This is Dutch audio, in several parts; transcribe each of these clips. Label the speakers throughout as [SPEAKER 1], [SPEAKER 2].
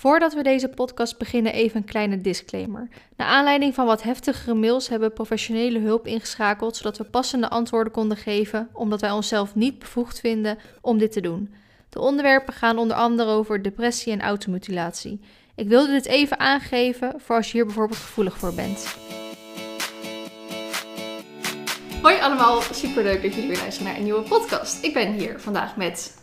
[SPEAKER 1] Voordat we deze podcast beginnen even een kleine disclaimer. Naar aanleiding van wat heftigere mails hebben we professionele hulp ingeschakeld, zodat we passende antwoorden konden geven, omdat wij onszelf niet bevoegd vinden om dit te doen. De onderwerpen gaan onder andere over depressie en automutilatie. Ik wilde dit even aangeven voor als je hier bijvoorbeeld gevoelig voor bent. Hoi allemaal, superleuk dat jullie weer luisteren naar een nieuwe podcast. Ik ben hier vandaag met...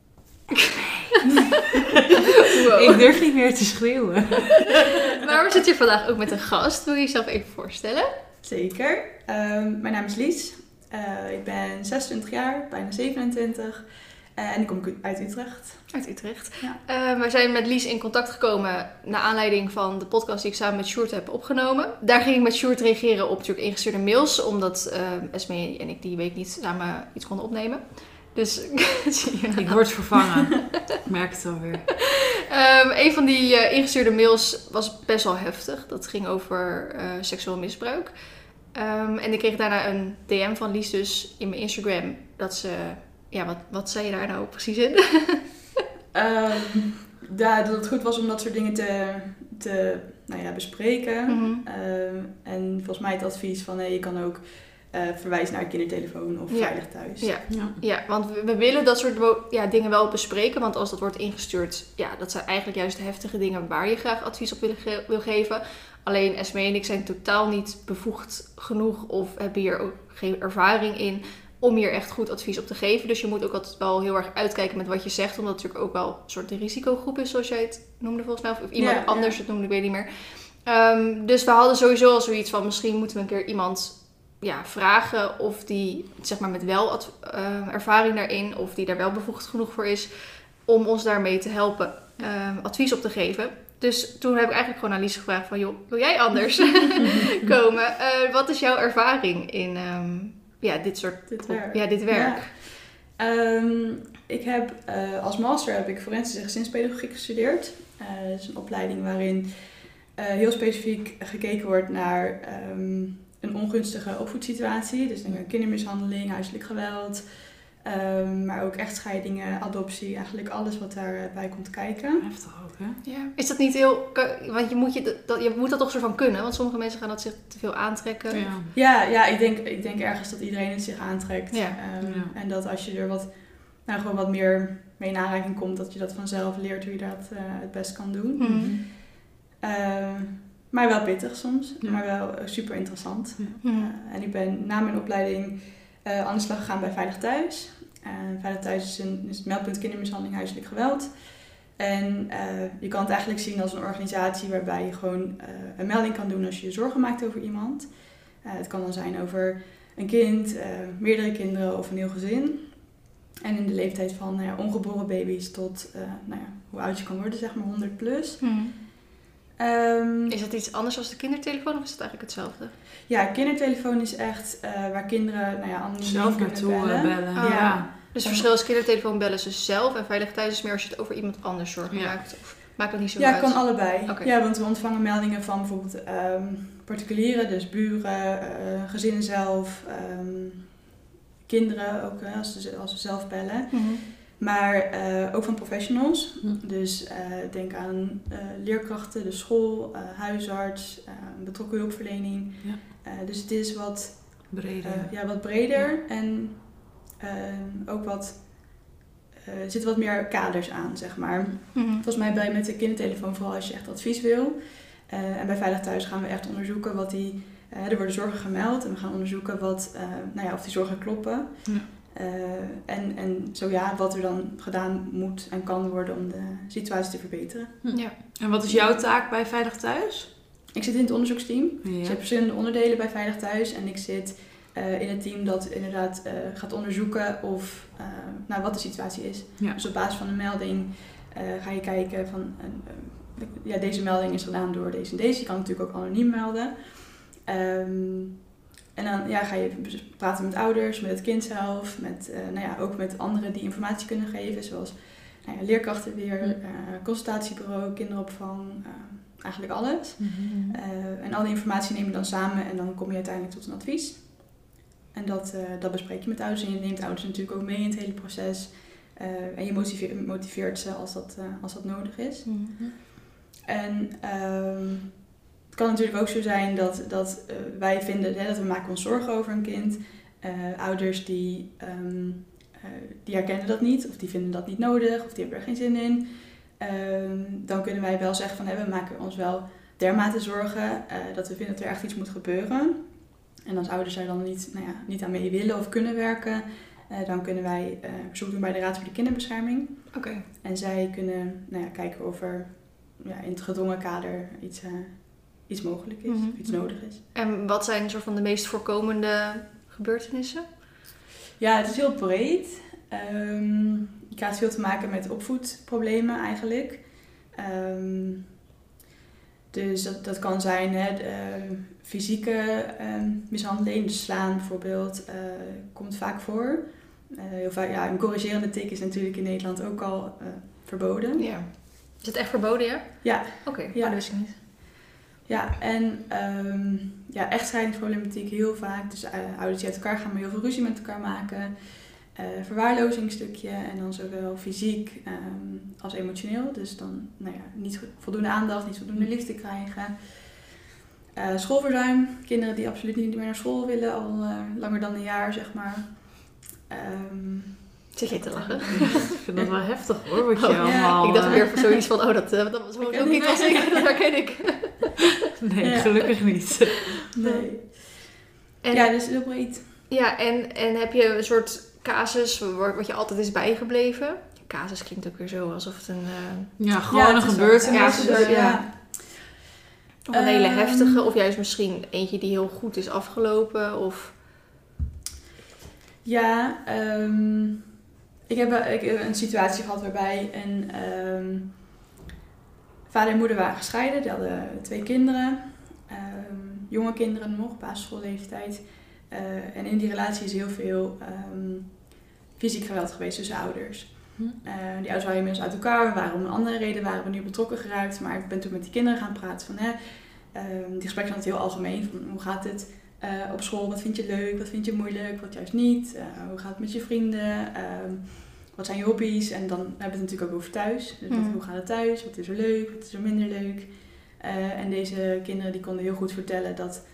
[SPEAKER 2] Wow. Ik durf niet meer te schreeuwen.
[SPEAKER 1] Maar we zitten hier vandaag ook met een gast. Wil je jezelf even voorstellen?
[SPEAKER 3] Zeker. Mijn naam is Lies. Ik ben 26 jaar, bijna 27. En ik kom uit Utrecht.
[SPEAKER 1] Uit Utrecht.
[SPEAKER 3] Ja.
[SPEAKER 1] We zijn met Lies in contact gekomen naar aanleiding van de podcast die ik samen met Sjoerd heb opgenomen. Daar ging ik met Sjoerd reageren op natuurlijk ingestuurde mails, omdat Esme en ik die week niet samen iets konden opnemen. Dus
[SPEAKER 2] ik word vervangen. Ik merk het alweer.
[SPEAKER 1] Een van die ingestuurde mails was best wel heftig. Dat ging over seksueel misbruik. En ik kreeg daarna een DM van Lies dus in mijn Instagram. Dat ze... Ja, wat zei je daar nou precies in?
[SPEAKER 3] Dat het goed was om dat soort dingen te bespreken.
[SPEAKER 1] Mm-hmm.
[SPEAKER 3] En volgens mij het advies van je kan ook verwijzen naar een kindertelefoon of veilig thuis.
[SPEAKER 1] Ja, want we willen dat soort dingen wel bespreken. Want als dat wordt ingestuurd, dat zijn eigenlijk juist de heftige dingen waar je graag advies op wil geven. Alleen Esme en ik zijn totaal niet bevoegd genoeg of hebben hier ook geen ervaring in om hier echt goed advies op te geven. Dus je moet ook altijd wel heel erg uitkijken met wat je zegt. Omdat het natuurlijk ook wel een soort de risicogroep is, zoals jij het noemde volgens mij. Of iemand anders het noemde, ik weet niet meer. Dus we hadden sowieso al zoiets van, misschien moeten we een keer iemand vragen of die, zeg maar, met wel ervaring daarin, of die daar wel bevoegd genoeg voor is, om ons daarmee te helpen advies op te geven. Dus toen heb ik eigenlijk gewoon aan Lies gevraagd van, joh, wil jij anders komen? Wat is jouw ervaring in dit werk?
[SPEAKER 3] Ja. Ik heb als master heb ik forensische gezinspedagogiek gestudeerd. Dat is een opleiding waarin heel specifiek gekeken wordt naar een ongunstige opvoedsituatie. Dus denk aan kindermishandeling, huiselijk geweld, maar ook echtscheidingen, adoptie, eigenlijk alles wat daarbij komt kijken.
[SPEAKER 2] Heftig ook, hè?
[SPEAKER 1] Ja. Is dat niet heel... Want je moet dat toch soort van kunnen, want sommige mensen gaan dat zich te veel aantrekken.
[SPEAKER 3] Ja, ik denk ergens dat iedereen het zich aantrekt.
[SPEAKER 1] Ja.
[SPEAKER 3] En dat als je er gewoon wat meer mee in aanraking komt, dat je dat vanzelf leert hoe je dat het best kan doen.
[SPEAKER 1] Mm-hmm.
[SPEAKER 3] Maar wel pittig soms,
[SPEAKER 2] Ja.
[SPEAKER 3] maar wel super interessant.
[SPEAKER 2] Ja.
[SPEAKER 3] En ik ben na mijn opleiding aan de slag gegaan bij Veilig Thuis. Veilig Thuis is het meldpunt kindermishandeling, huiselijk geweld. En je kan het eigenlijk zien als een organisatie waarbij je gewoon een melding kan doen als je je zorgen maakt over iemand. Het kan dan zijn over een kind, meerdere kinderen of een heel gezin. En in de leeftijd van ongeboren baby's tot hoe oud je kan worden, zeg maar 100 plus.
[SPEAKER 1] Is dat iets anders dan de kindertelefoon of is het eigenlijk hetzelfde?
[SPEAKER 3] Ja, kindertelefoon is echt waar kinderen anoniem
[SPEAKER 2] Zelf
[SPEAKER 3] kunnen
[SPEAKER 2] naartoe bellen.
[SPEAKER 1] Ah.
[SPEAKER 2] Ja.
[SPEAKER 1] Dus het verschil is kindertelefoon bellen ze zelf en Veilig Thuis is meer als je het over iemand anders zorgen maakt. Of maakt dat niet zo uit?
[SPEAKER 3] Ja, kan allebei.
[SPEAKER 1] Okay.
[SPEAKER 3] Ja, want we ontvangen meldingen van bijvoorbeeld particulieren, dus buren, gezinnen zelf, kinderen ook als ze zelf bellen.
[SPEAKER 1] Mm-hmm.
[SPEAKER 3] Maar ook van professionals. Dus denk aan leerkrachten, de school, huisarts, betrokken hulpverlening.
[SPEAKER 2] Ja.
[SPEAKER 3] Dus het is wat
[SPEAKER 2] breder.
[SPEAKER 3] wat breder en ook er zitten wat meer kaders aan, zeg maar.
[SPEAKER 1] Mm-hmm.
[SPEAKER 3] Volgens mij met de kindertelefoon vooral als je echt advies wil. En bij Veilig Thuis gaan we echt onderzoeken wat er worden zorgen gemeld en we gaan onderzoeken of die zorgen kloppen.
[SPEAKER 2] Ja.
[SPEAKER 3] En zo wat er dan gedaan moet en kan worden om de situatie te verbeteren.
[SPEAKER 1] Ja.
[SPEAKER 2] En wat is jouw taak bij Veilig Thuis?
[SPEAKER 3] Ik zit in het onderzoeksteam.
[SPEAKER 2] Ja.
[SPEAKER 3] Dus je hebt verschillende onderdelen bij Veilig Thuis. En ik zit in het team dat inderdaad gaat onderzoeken wat de situatie is.
[SPEAKER 2] Ja.
[SPEAKER 3] Dus op basis van een melding ga je kijken van... deze melding is gedaan door deze en deze. Je kan natuurlijk ook anoniem melden. En dan ga je praten met ouders, met het kind zelf, ook met anderen die informatie kunnen geven, zoals leerkrachten weer, consultatiebureau, kinderopvang, eigenlijk alles.
[SPEAKER 2] Mm-hmm.
[SPEAKER 3] En al die informatie neem je dan samen en dan kom je uiteindelijk tot een advies. En dat bespreek je met ouders en je neemt ouders natuurlijk ook mee in het hele proces. En je motiveert ze als dat nodig is.
[SPEAKER 1] Mm-hmm.
[SPEAKER 3] En het kan natuurlijk ook zo zijn dat wij vinden dat we maken ons zorgen over een kind. Ouders die herkennen dat niet, of die vinden dat niet nodig, of die hebben er geen zin in. Dan kunnen wij wel zeggen van we maken ons wel dermate zorgen dat we vinden dat er echt iets moet gebeuren. En als ouders daar dan niet aan mee willen of kunnen werken, dan kunnen wij bezoek doen bij de Raad voor de Kinderbescherming.
[SPEAKER 1] Oké.
[SPEAKER 3] En zij kunnen kijken of er in het gedwongen kader iets mogelijk is, of iets nodig is.
[SPEAKER 1] En wat zijn soort van de meest voorkomende gebeurtenissen?
[SPEAKER 3] Ja, het is heel breed. Je krijgt veel te maken met opvoedproblemen eigenlijk. Dus dat kan zijn fysieke mishandeling, dus slaan bijvoorbeeld, komt vaak voor. Heel vaak, een corrigerende tik is natuurlijk in Nederland ook al verboden.
[SPEAKER 1] Ja. Is het echt verboden, ja?
[SPEAKER 3] Ja.
[SPEAKER 1] Oké,
[SPEAKER 3] ja.
[SPEAKER 1] Dat wist ik niet.
[SPEAKER 3] Ja, en echtscheidingsproblematiek heel vaak. Dus ouders die uit elkaar gaan, maar heel veel ruzie met elkaar maken. Verwaarlozingsstukje en dan zowel fysiek als emotioneel. Dus dan niet voldoende aandacht, niet voldoende liefde krijgen. Schoolverzuim, kinderen die absoluut niet meer naar school willen, al langer dan een jaar zeg maar.
[SPEAKER 1] Zit je te lachen?
[SPEAKER 2] Ik vind dat wel heftig hoor, wat je allemaal...
[SPEAKER 1] Ik dacht weer voor zoiets van, dat was ook niet was ik, dat herken ik.
[SPEAKER 2] Nee, gelukkig niet.
[SPEAKER 3] Nee.
[SPEAKER 1] En,
[SPEAKER 3] dus heel breed.
[SPEAKER 1] Ja, en heb je een soort casus wat je altijd is bijgebleven? Casus klinkt ook weer zo alsof het een...
[SPEAKER 2] gewoon een gebeurtenis.
[SPEAKER 1] Of een hele heftige, of juist misschien eentje die heel goed is afgelopen, of...
[SPEAKER 3] Ja, ik heb een situatie gehad waarbij vader en moeder waren gescheiden. Die hadden 2 kinderen, jonge kinderen nog, basisschoolleeftijd. En in die relatie is heel veel fysiek geweld geweest tussen ouders. Die ouders waren inmiddels uit elkaar, we waren om een andere reden waren we niet betrokken geraakt. Maar ik ben toen met die kinderen gaan praten van, die gesprekken zijn heel algemeen. Van, hoe gaat het op school? Wat vind je leuk? Wat vind je moeilijk? Wat juist niet? Hoe gaat het met je vrienden? Wat zijn je hobby's? En dan hebben we het natuurlijk ook over thuis. Dus hoe gaat het thuis? Wat is er leuk? Wat is er minder leuk? En deze kinderen die konden heel goed vertellen dat...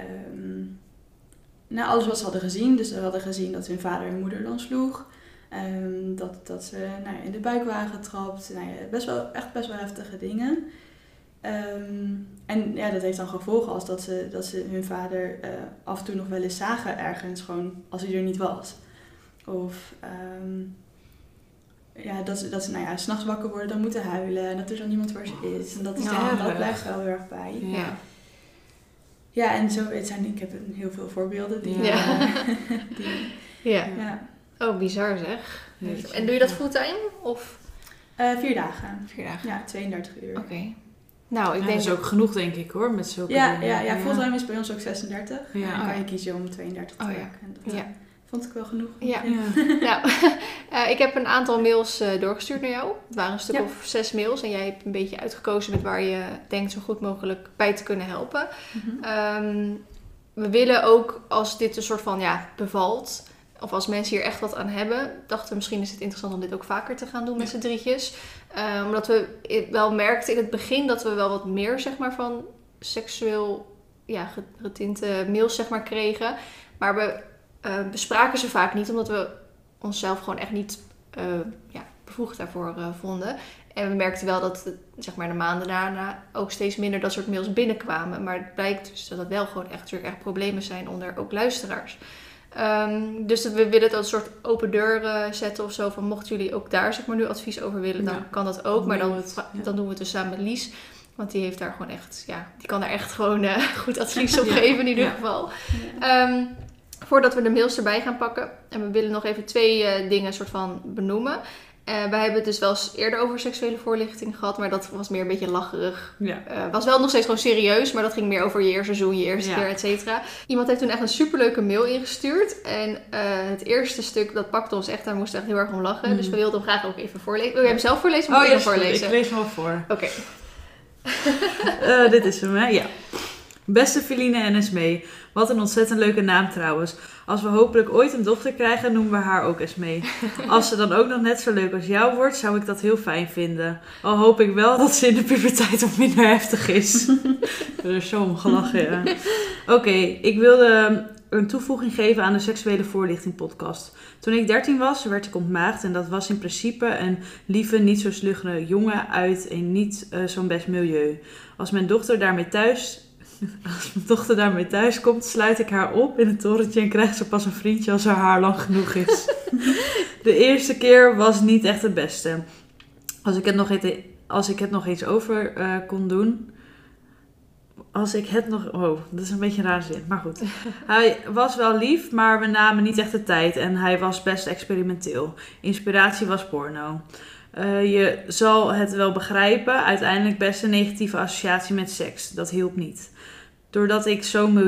[SPEAKER 3] alles wat ze hadden gezien. Dus ze hadden gezien dat hun vader en moeder dan sloeg. Dat ze in de buik waren getrapt. Best wel heftige dingen. En dat heeft dan gevolgen als dat ze hun vader af en toe nog wel eens zagen ergens. Gewoon als hij er niet was. Of dat ze 's nachts wakker worden, dan moeten huilen. En dat er dan niemand voor ze is. En dat blijft wel heel erg bij.
[SPEAKER 2] Ja.
[SPEAKER 3] Ja, en zo, ik heb heel veel voorbeelden.
[SPEAKER 1] Ja. Oh, bizar zeg. En doe je dat fulltime? Of?
[SPEAKER 3] 4 dagen.
[SPEAKER 1] 4 dagen?
[SPEAKER 3] Ja, 32 uur.
[SPEAKER 1] Oké. Nou, ik denk...
[SPEAKER 2] dat is ook genoeg denk ik hoor, met zulke dingen.
[SPEAKER 3] Ja, fulltime is bij ons ook 36.
[SPEAKER 2] Ja.
[SPEAKER 3] En dan kan je kiezen om 32 te werken. En dat vond ik wel genoeg.
[SPEAKER 1] Ja. Nou, ik heb een aantal mails doorgestuurd naar jou. Het waren een stuk of 6 mails. En jij hebt een beetje uitgekozen met waar je denkt zo goed mogelijk bij te kunnen helpen. We willen ook, als dit een soort van bevalt... Of als mensen hier echt wat aan hebben, dachten we misschien is het interessant om dit ook vaker te gaan doen met z'n drietjes. Omdat we wel merkten in het begin dat we wel wat meer zeg maar, van seksueel getinte mails zeg maar, kregen. Maar we bespraken ze vaak niet, omdat we onszelf gewoon echt niet bevoegd daarvoor vonden. En we merkten wel dat zeg maar, de maanden daarna ook steeds minder dat soort mails binnenkwamen. Maar het blijkt dus dat het wel gewoon echt problemen zijn onder ook luisteraars. Dus we willen het als een soort open deur zetten of zo. Van mochten jullie ook daar zeg maar, nu advies over willen, dan kan dat ook. Maar dan doen we het dus samen met Lies. Want die heeft daar gewoon echt, die kan daar echt gewoon goed advies op geven in ieder geval. Ja. Voordat we de mails erbij gaan pakken. En we willen nog even 2 dingen soort van benoemen. Wij hebben het dus wel eens eerder over seksuele voorlichting gehad. Maar dat was meer een beetje lacherig. Ja. Was wel nog steeds gewoon serieus. Maar dat ging meer over je eerste seizoen, je eerste keer, et cetera. Iemand heeft toen echt een superleuke mail ingestuurd. En het eerste stuk, dat pakte ons echt. Daar moesten we echt heel erg om lachen. Dus we wilden hem graag ook even voorlezen. Wil jij hem zelf voorlezen?
[SPEAKER 2] Ik lees hem wel voor.
[SPEAKER 1] Oké.
[SPEAKER 2] Dit is hem, hè? Ja. Beste Feline en Esmee. Wat een ontzettend leuke naam trouwens. Als we hopelijk ooit een dochter krijgen, noemen we haar ook Esmee. Als ze dan ook nog net zo leuk als jou wordt, zou ik dat heel fijn vinden. Al hoop ik wel dat ze in de puberteit wat minder heftig is. Er is zo om gelachen, ja. Oké, ik wilde een toevoeging geven aan de seksuele voorlichting podcast. Toen ik 13 was, werd ik ontmaagd en dat was in principe een lieve, niet zo sluggere jongen uit een niet zo'n best milieu. Als mijn dochter daarmee thuis komt, sluit ik haar op in het torentje en krijgt ze pas een vriendje als haar haar lang genoeg is. De eerste keer was niet echt het beste. Als ik het nog eens over kon doen. Oh, dat is een beetje een rare zin, maar goed. Hij was wel lief, maar we namen niet echt de tijd en hij was best experimenteel. Inspiratie was porno. Je zal het wel begrijpen, uiteindelijk best een negatieve associatie met seks. Dat hielp niet. Doordat ik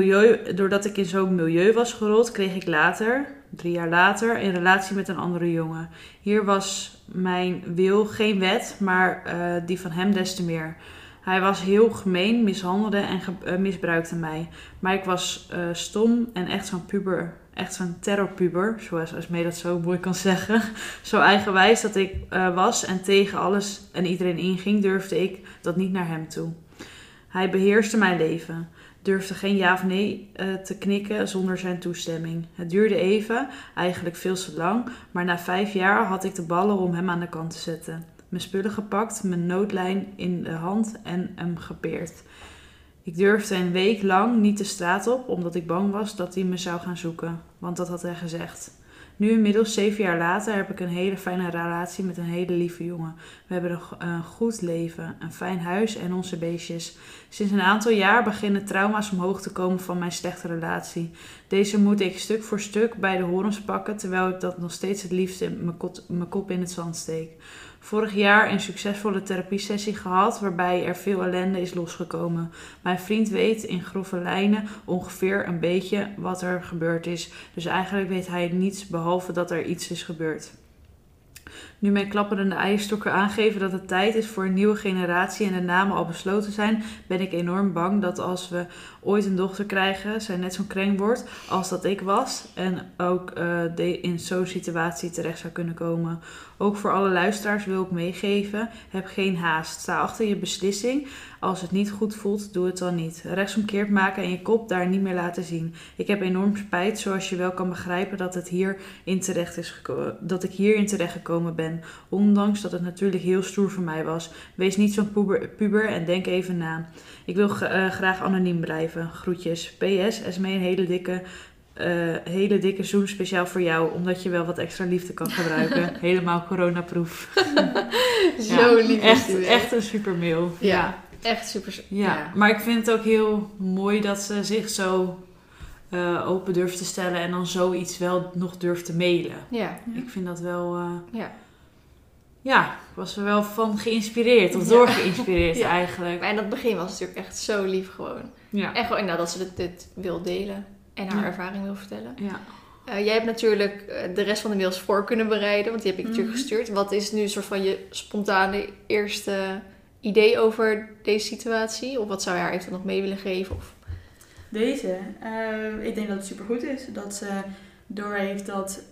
[SPEAKER 2] in zo'n milieu was gerold, kreeg ik later, 3 jaar later, een relatie met een andere jongen. Hier was mijn wil geen wet, maar die van hem des te meer. Hij was heel gemeen, mishandelde en misbruikte mij. Maar ik was stom en echt zo'n puber, echt zo'n terrorpuber, zoals Esmee dat zo mooi kan zeggen. Zo eigenwijs dat ik was en tegen alles en iedereen inging, durfde ik dat niet naar hem toe. Hij beheerste mijn leven. Durfde geen ja of nee te knikken zonder zijn toestemming. Het duurde even, eigenlijk veel te lang, maar na 5 jaar had ik de ballen om hem aan de kant te zetten. Mijn spullen gepakt, mijn noodlijn in de hand en hem gepeerd. Ik durfde een week lang niet de straat op, omdat ik bang was dat hij me zou gaan zoeken. Want dat had hij gezegd. Nu inmiddels 7 jaar later heb ik een hele fijne relatie met een hele lieve jongen. We hebben een goed leven, een fijn huis en onze beestjes. Sinds een aantal jaar beginnen trauma's omhoog te komen van mijn slechte relatie. Deze moet ik stuk voor stuk bij de horens pakken, terwijl ik dat nog steeds het liefst in mijn kop in het zand steek. Vorig jaar een succesvolle therapiesessie gehad waarbij er veel ellende is losgekomen. Mijn vriend weet in grove lijnen ongeveer een beetje wat er gebeurd is. Dus eigenlijk weet hij niets behalve dat er iets is gebeurd. Nu mijn klapperende eierstokken aangeven dat het tijd is voor een nieuwe generatie en de namen al besloten zijn, ben ik enorm bang dat als we ooit een dochter krijgen, zij net zo'n kreng wordt als dat ik was en ook in zo'n situatie terecht zou kunnen komen. Ook voor alle luisteraars wil ik meegeven, heb geen haast. Sta achter je beslissing. Als het niet goed voelt, doe het dan niet. Rechtsomkeerd maken en je kop daar niet meer laten zien. Ik heb enorm spijt, zoals je wel kan begrijpen, dat ik hierin terecht gekomen ben. Ondanks dat het natuurlijk heel stoer voor mij was. Wees niet zo'n puber en denk even na. Ik wil graag anoniem blijven. Groetjes. PS, Esmee, een hele dikke zoen speciaal voor jou, omdat je wel wat extra liefde kan gebruiken. Helemaal coronaproof.
[SPEAKER 1] Zo lief.
[SPEAKER 2] Echt een super mail.
[SPEAKER 1] Ja, echt super.
[SPEAKER 2] Ja, maar ik vind het ook heel mooi dat ze zich zo open durft te stellen en dan zoiets wel nog durft te mailen.
[SPEAKER 1] Ja.
[SPEAKER 2] Ik vind dat wel...
[SPEAKER 1] Ja,
[SPEAKER 2] ik was er wel van geïnspireerd, of door geïnspireerd eigenlijk.
[SPEAKER 1] Maar in dat begin was het natuurlijk echt zo lief gewoon.
[SPEAKER 2] Ja.
[SPEAKER 1] En gewoon dat ze dit wil delen en haar ervaring wil vertellen.
[SPEAKER 2] Ja.
[SPEAKER 1] Jij hebt natuurlijk de rest van de mails voor kunnen bereiden, want die heb ik natuurlijk gestuurd. Wat is nu een soort van je spontane eerste idee over deze situatie? Of wat zou je haar eventueel nog mee willen geven? Of...
[SPEAKER 3] Deze? Ik denk dat het supergoed is. Dat ze doorheeft dat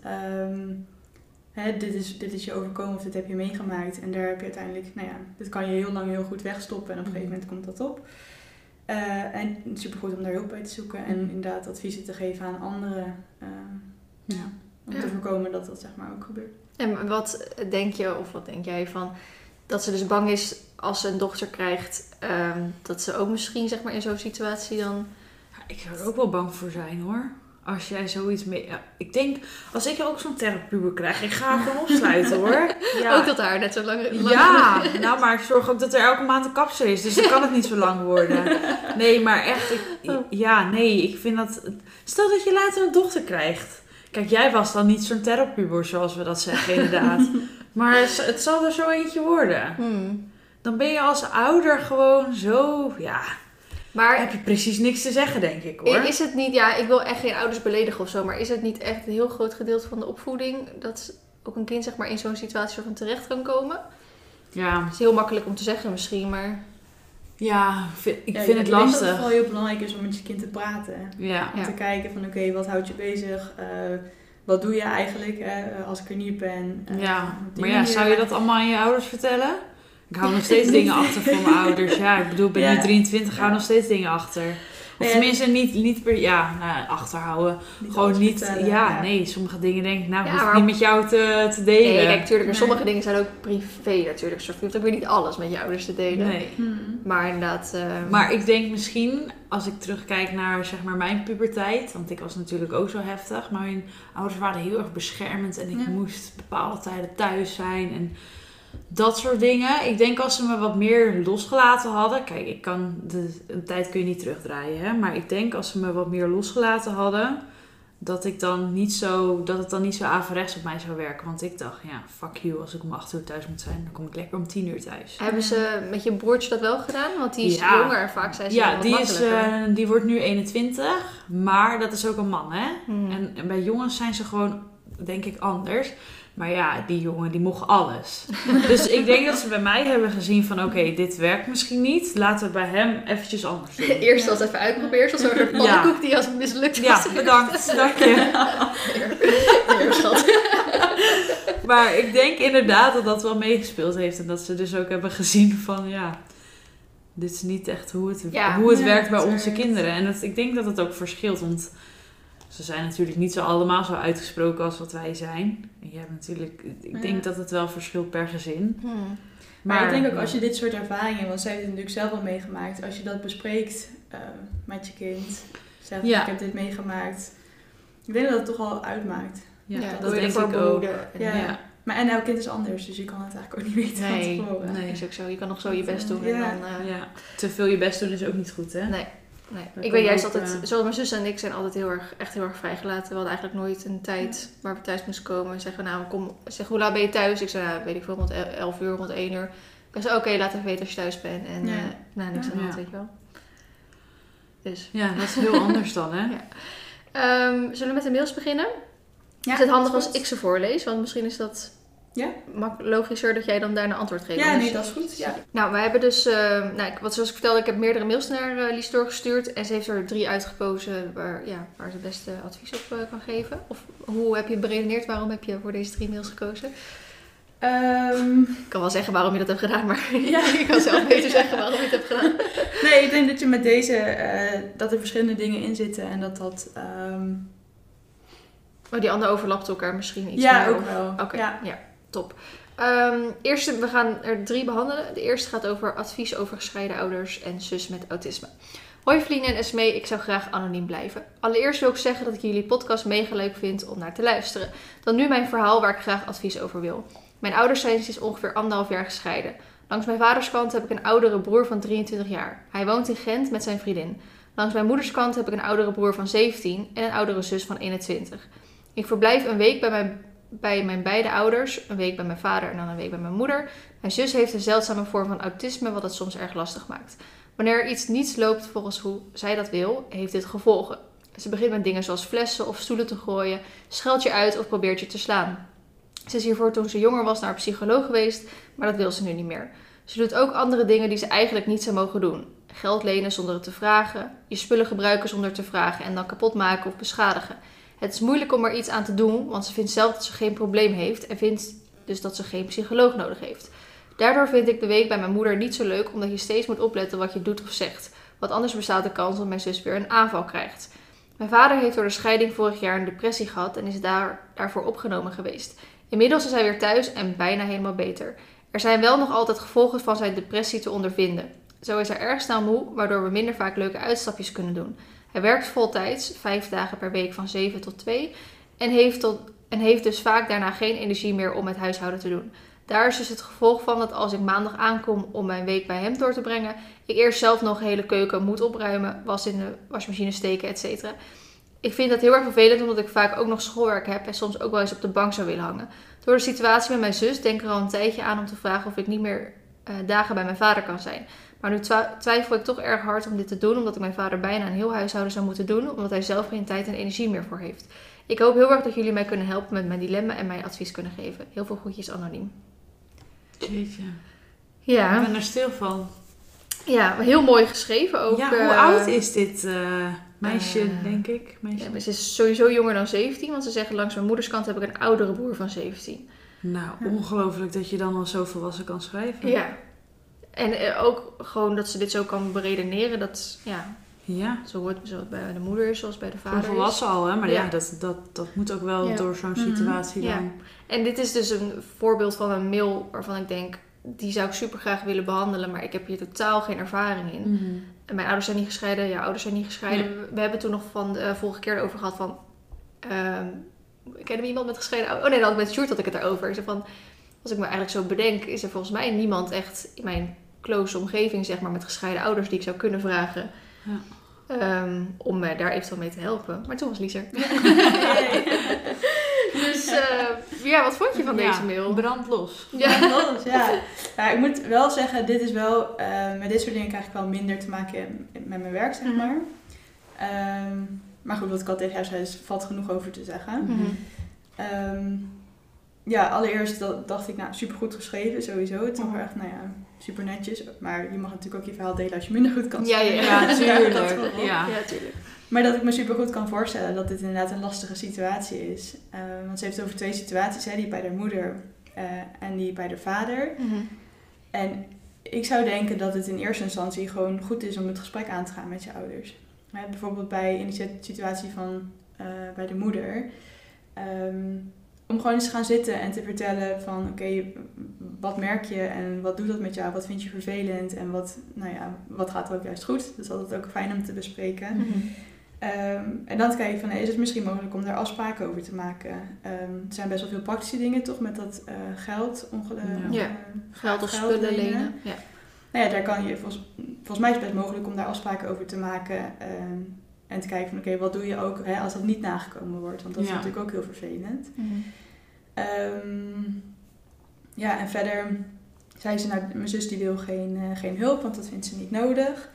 [SPEAKER 3] dit is je overkomen of dit heb je meegemaakt. En daar heb je uiteindelijk, dit kan je heel lang heel goed wegstoppen. En op een gegeven moment komt dat op. En supergoed om daar hulp bij te zoeken. En inderdaad adviezen te geven aan anderen. Om te voorkomen dat dat zeg maar ook gebeurt. En
[SPEAKER 1] wat denk jij van dat ze dus bang is als ze een dochter krijgt, dat ze ook misschien zeg maar in zo'n situatie dan...
[SPEAKER 2] Ja, ik zou er ook wel bang voor zijn hoor. Als jij zoiets mee... Ja, ik denk, als ik ook zo'n terrorpuber krijg, ik ga gewoon opsluiten hoor. Ja.
[SPEAKER 1] Ook dat haar net zo lang...
[SPEAKER 2] Ja, maar ik zorg ook dat er elke maand een kapsel is. Dus dan kan het niet zo lang worden. Nee, maar echt, ik vind dat... Stel dat je later een dochter krijgt. Kijk, jij was dan niet zo'n terrorpuber, zoals we dat zeggen inderdaad. Maar het zal er zo eentje worden. Dan ben je als ouder gewoon zo, maar heb je precies niks te zeggen, denk ik hoor.
[SPEAKER 1] Is het niet, ik wil echt geen ouders beledigen of zo, maar is het niet echt een heel groot gedeelte van de opvoeding dat ook een kind zeg maar in zo'n situatie van terecht kan komen?
[SPEAKER 2] Ja.
[SPEAKER 1] Het is heel makkelijk om te zeggen misschien, maar...
[SPEAKER 2] Ja, ik
[SPEAKER 3] Ja,
[SPEAKER 2] vind het
[SPEAKER 3] ik denk dat
[SPEAKER 2] lastig.
[SPEAKER 3] het vooral heel belangrijk is om met je kind te praten.
[SPEAKER 2] Ja.
[SPEAKER 3] Om te kijken van oké, wat houdt je bezig? Wat doe je eigenlijk als ik er niet ben?
[SPEAKER 2] Ja,
[SPEAKER 3] op die
[SPEAKER 2] maar ja,
[SPEAKER 3] manier-
[SPEAKER 2] zou je dat allemaal aan je ouders vertellen? Ik hou nog steeds dingen achter voor mijn ouders. Ja, ik bedoel, ik ben
[SPEAKER 3] Ja.
[SPEAKER 2] nu 23, hou
[SPEAKER 3] Ja.
[SPEAKER 2] nog steeds dingen achter. Of
[SPEAKER 3] Nee,
[SPEAKER 2] tenminste, niet per... Ja, achterhouden. Gewoon
[SPEAKER 3] alles
[SPEAKER 2] niet...
[SPEAKER 3] vertellen,
[SPEAKER 2] Ja, nee, sommige dingen denk ik, nou,
[SPEAKER 1] Ja,
[SPEAKER 2] hoef ik
[SPEAKER 1] maar-
[SPEAKER 2] niet met jou te delen.
[SPEAKER 1] Nee, kijk, natuurlijk,
[SPEAKER 3] Nee.
[SPEAKER 1] sommige dingen zijn ook privé natuurlijk. Je hoeft ook weer niet alles met je ouders te delen.
[SPEAKER 2] Nee.
[SPEAKER 1] Maar inderdaad...
[SPEAKER 2] Maar ik denk misschien, als ik terugkijk naar zeg maar mijn puberteit, want ik was natuurlijk ook zo heftig, maar mijn ouders waren heel erg beschermend en ik
[SPEAKER 3] Ja.
[SPEAKER 2] moest bepaalde tijden thuis zijn en dat soort dingen. Ik denk als ze me wat meer losgelaten hadden, kijk, een tijd kun je niet terugdraaien, hè, maar ik denk als ze me wat meer losgelaten hadden, dat het dan niet zo averechts op mij zou werken. Want ik dacht, ja, fuck you, als ik om 8 uur thuis moet zijn, dan kom ik lekker om 10 uur thuis.
[SPEAKER 1] Hebben ze met je broertje dat wel gedaan? Want die is
[SPEAKER 2] Ja.
[SPEAKER 1] jonger en vaak zijn ze
[SPEAKER 2] Ja,
[SPEAKER 1] wat
[SPEAKER 2] die
[SPEAKER 1] makkelijker.
[SPEAKER 2] die wordt nu 21, maar dat is ook een man, hè?
[SPEAKER 1] Hmm.
[SPEAKER 2] En bij jongens zijn ze gewoon, denk ik, anders. Maar ja, die jongen, die mocht alles. Dus ik denk dat ze bij mij hebben gezien van, oké, dit werkt misschien niet. Laten we bij hem eventjes anders doen.
[SPEAKER 1] Eerst als even uitprobeerd, zoals een pannenkoek die als het mislukt
[SPEAKER 2] Ja,
[SPEAKER 1] was.
[SPEAKER 2] bedankt. Dank je.
[SPEAKER 1] Nee, schat.
[SPEAKER 2] Maar ik denk inderdaad dat dat wel meegespeeld heeft. En dat ze dus ook hebben gezien van, ja, dit is niet echt hoe het
[SPEAKER 1] Ja.
[SPEAKER 2] werkt bij
[SPEAKER 3] dat
[SPEAKER 2] onze
[SPEAKER 3] werkt.
[SPEAKER 2] kinderen. En ik denk dat het ook verschilt, want ze zijn natuurlijk niet zo allemaal zo uitgesproken als wat wij zijn. En je hebt natuurlijk, ik denk dat het wel verschilt per gezin.
[SPEAKER 3] Maar ik denk ook als je dit soort ervaringen, want zij heeft het natuurlijk zelf al meegemaakt, als je dat bespreekt met je kind, zegt
[SPEAKER 2] Ja.
[SPEAKER 3] ik heb dit meegemaakt. Ik denk dat het toch al uitmaakt.
[SPEAKER 2] Ja,
[SPEAKER 1] Ja,
[SPEAKER 2] dat
[SPEAKER 1] wil je
[SPEAKER 2] denk
[SPEAKER 1] ervoor
[SPEAKER 2] ik ook.
[SPEAKER 1] behoeden. En-
[SPEAKER 3] Ja.
[SPEAKER 2] Ja.
[SPEAKER 3] Maar en elk kind is anders, dus je kan het eigenlijk ook niet weten
[SPEAKER 1] Nee,
[SPEAKER 3] van tevoren.
[SPEAKER 2] nee.
[SPEAKER 1] Is ook zo. Je kan nog zo je best doen.
[SPEAKER 3] Ja.
[SPEAKER 1] En dan,
[SPEAKER 2] Ja, te veel je best doen is ook niet goed, hè?
[SPEAKER 1] Nee.
[SPEAKER 2] Dat
[SPEAKER 1] Ik
[SPEAKER 2] kan
[SPEAKER 1] weet juist
[SPEAKER 2] ook,
[SPEAKER 1] altijd, zoals mijn zus en ik zijn altijd echt heel erg vrijgelaten. We hadden eigenlijk nooit een tijd waar we thuis moesten komen. En zeggen we, nou, hoe laat ben je thuis? Ik zei, nou, weet ik veel, rond 11 uur, rond 1 uur. Ik zei, oké, laat even weten als je thuis bent. En
[SPEAKER 3] Ja.
[SPEAKER 1] nou, niks aan de hand,
[SPEAKER 2] Ja.
[SPEAKER 1] weet je wel. Dus.
[SPEAKER 2] Ja, dat is heel anders dan, hè?
[SPEAKER 1] Ja. Zullen we met de mails beginnen?
[SPEAKER 3] Ja,
[SPEAKER 1] Is het handig
[SPEAKER 3] dat is
[SPEAKER 1] als ik ze voorlees? Want misschien is dat
[SPEAKER 3] Ja.
[SPEAKER 1] logischer dat jij dan daarna antwoord geeft.
[SPEAKER 3] Ja,
[SPEAKER 1] Dus-
[SPEAKER 3] nee, dat is goed. Ja.
[SPEAKER 1] Nou, wij hebben dus, zoals ik vertelde, ik heb meerdere mails naar Lies doorgestuurd. En ze heeft er 3 uitgekozen waar ze het beste advies op kan geven. Of hoe heb je beredeneerd? Waarom heb je voor deze 3 mails gekozen? Ik kan wel zeggen waarom je dat hebt gedaan, maar
[SPEAKER 3] Ja.
[SPEAKER 1] ik kan zelf beter zeggen waarom je het hebt gedaan.
[SPEAKER 3] Nee, ik denk dat je met deze, dat er verschillende dingen in zitten en dat
[SPEAKER 1] Maar die andere overlapt elkaar misschien iets
[SPEAKER 3] ja,
[SPEAKER 1] meer.
[SPEAKER 3] ook
[SPEAKER 1] of-
[SPEAKER 3] wel.
[SPEAKER 1] Oké,
[SPEAKER 3] Ja.
[SPEAKER 1] ja, top. Eerst, we gaan er 3 behandelen. De eerste gaat over advies over gescheiden ouders en zus met autisme. Hoi Feline en Esmee, ik zou graag anoniem blijven. Allereerst wil ik zeggen dat ik jullie podcast mega leuk vind om naar te luisteren. Dan nu mijn verhaal waar ik graag advies over wil. Mijn ouders zijn sinds ongeveer 1,5 jaar gescheiden. Langs mijn vaders kant heb ik een oudere broer van 23 jaar. Hij woont in Gent met zijn vriendin. Langs mijn moeders kant heb ik een oudere broer van 17 en een oudere zus van 21. Ik verblijf een week bij mijn beide ouders, een week bij mijn vader en dan een week bij mijn moeder. Mijn zus heeft een zeldzame vorm van autisme, wat het soms erg lastig maakt. Wanneer er iets niet loopt volgens hoe zij dat wil, heeft dit gevolgen. Ze begint met dingen zoals flessen of stoelen te gooien, scheldt je uit of probeert je te slaan. Ze is hiervoor toen ze jonger was naar een psycholoog geweest, maar dat wil ze nu niet meer. Ze doet ook andere dingen die ze eigenlijk niet zou mogen doen. Geld lenen zonder het te vragen, je spullen gebruiken zonder te vragen en dan kapot maken of beschadigen. Het is moeilijk om er iets aan te doen, want ze vindt zelf dat ze geen probleem heeft en vindt dus dat ze geen psycholoog nodig heeft. Daardoor vind ik de week bij mijn moeder niet zo leuk, omdat je steeds moet opletten wat je doet of zegt. Want anders bestaat de kans dat mijn zus weer een aanval krijgt. Mijn vader heeft door de scheiding vorig jaar een depressie gehad en is daarvoor opgenomen geweest. Inmiddels is hij weer thuis en bijna helemaal beter. Er zijn wel nog altijd gevolgen van zijn depressie te ondervinden. Zo is hij erg snel moe, waardoor we minder vaak leuke uitstapjes kunnen doen. Hij werkt voltijds, 5 dagen per week van 7 tot 2 en heeft dus vaak daarna geen energie meer om het huishouden te doen. Daar is dus het gevolg van dat als ik maandag aankom om mijn week bij hem door te brengen, ik eerst zelf nog de hele keuken moet opruimen, was in de wasmachine steken, etc. Ik vind dat heel erg vervelend omdat ik vaak ook nog schoolwerk heb en soms ook wel eens op de bank zou willen hangen. Door de situatie met mijn zus denk ik er al een tijdje aan om te vragen of ik niet meer dagen bij mijn vader kan zijn. Maar nu twijfel ik toch erg hard om dit te doen, omdat ik mijn vader bijna een heel huishouden zou moeten doen, omdat hij zelf geen tijd en energie meer voor heeft. Ik hoop heel erg dat jullie mij kunnen helpen met mijn dilemma en mij advies kunnen geven. Heel veel groetjes anoniem.
[SPEAKER 2] Jeetje.
[SPEAKER 1] Ja.
[SPEAKER 2] Ik ben er stil van.
[SPEAKER 1] Ja, heel mooi geschreven ook.
[SPEAKER 2] Ja, hoe oud is dit meisje, denk ik? Meisje?
[SPEAKER 1] Ja, maar ze is sowieso jonger dan 17. Want ze zeggen, langs mijn moederskant heb ik een oudere broer van 17.
[SPEAKER 2] Nou, ongelooflijk dat je dan al zo volwassen kan schrijven.
[SPEAKER 1] Ja. En ook gewoon dat ze dit zo kan beredeneren. Dat,
[SPEAKER 2] Ja.
[SPEAKER 1] zo hoort het bij de moeder is, zoals bij de vader
[SPEAKER 2] Voor volwassen al, hè? Maar
[SPEAKER 1] Ja.
[SPEAKER 2] dat moet ook wel door zo'n situatie dan.
[SPEAKER 1] Ja. En dit is dus een voorbeeld van een mail waarvan ik denk, die zou ik super graag willen behandelen, maar ik heb hier totaal geen ervaring in.
[SPEAKER 2] Mhm.
[SPEAKER 1] En mijn ouders zijn niet gescheiden, jouw ouders zijn niet gescheiden.
[SPEAKER 2] Nee.
[SPEAKER 1] We hebben het toen nog van de vorige keer over gehad van, ken je iemand met gescheiden ouders? Oh nee, met Sjoerd had ik het daarover. Ik zei van, als ik me eigenlijk zo bedenk, is er volgens mij niemand echt in mijn close omgeving, zeg maar, met gescheiden ouders die ik zou kunnen vragen.
[SPEAKER 2] Ja.
[SPEAKER 1] Om me daar eventueel mee te helpen. Maar toen was Lies er. Dus wat vond je van deze mail?
[SPEAKER 2] Brandlos.
[SPEAKER 3] Ja. Maar ik moet wel zeggen, dit is wel... met dit soort dingen krijg ik wel minder te maken met mijn werk, zeg maar. Maar goed, wat ik al tegen jou zei, is valt genoeg over te zeggen.
[SPEAKER 1] Mm-hmm.
[SPEAKER 3] Allereerst dacht ik, supergoed geschreven, sowieso. Het is nog echt, super netjes. Maar je mag natuurlijk ook je verhaal delen als je minder goed kan schrijven.
[SPEAKER 2] Ja, tuurlijk.
[SPEAKER 1] Ja, tuurlijk.
[SPEAKER 3] Maar dat ik me super goed kan voorstellen dat dit inderdaad een lastige situatie is. Want ze heeft het over 2 situaties, hè, die bij haar moeder en die bij de vader.
[SPEAKER 1] Mm-hmm.
[SPEAKER 3] En ik zou denken dat het in eerste instantie gewoon goed is om het gesprek aan te gaan met je ouders. Bijvoorbeeld in de situatie van bij de moeder. Om gewoon eens te gaan zitten en te vertellen van oké, wat merk je en wat doet dat met jou? Wat vind je vervelend en wat gaat er ook juist goed? Dat is altijd ook fijn om te bespreken.
[SPEAKER 1] Mm-hmm.
[SPEAKER 3] En dan te kijken van, is het misschien mogelijk om daar afspraken over te maken? Er zijn best wel veel praktische dingen toch met dat geld.
[SPEAKER 1] Geld of spullen lenen. Ja.
[SPEAKER 3] Nou ja, daar kan je, volgens mij is het best mogelijk om daar afspraken over te maken. En te kijken van, oké, wat doe je ook als dat niet nagekomen wordt? Want dat is natuurlijk ook heel vervelend.
[SPEAKER 1] Mm-hmm.
[SPEAKER 3] En verder zei ze, mijn zus die wil geen hulp, want dat vindt ze niet nodig.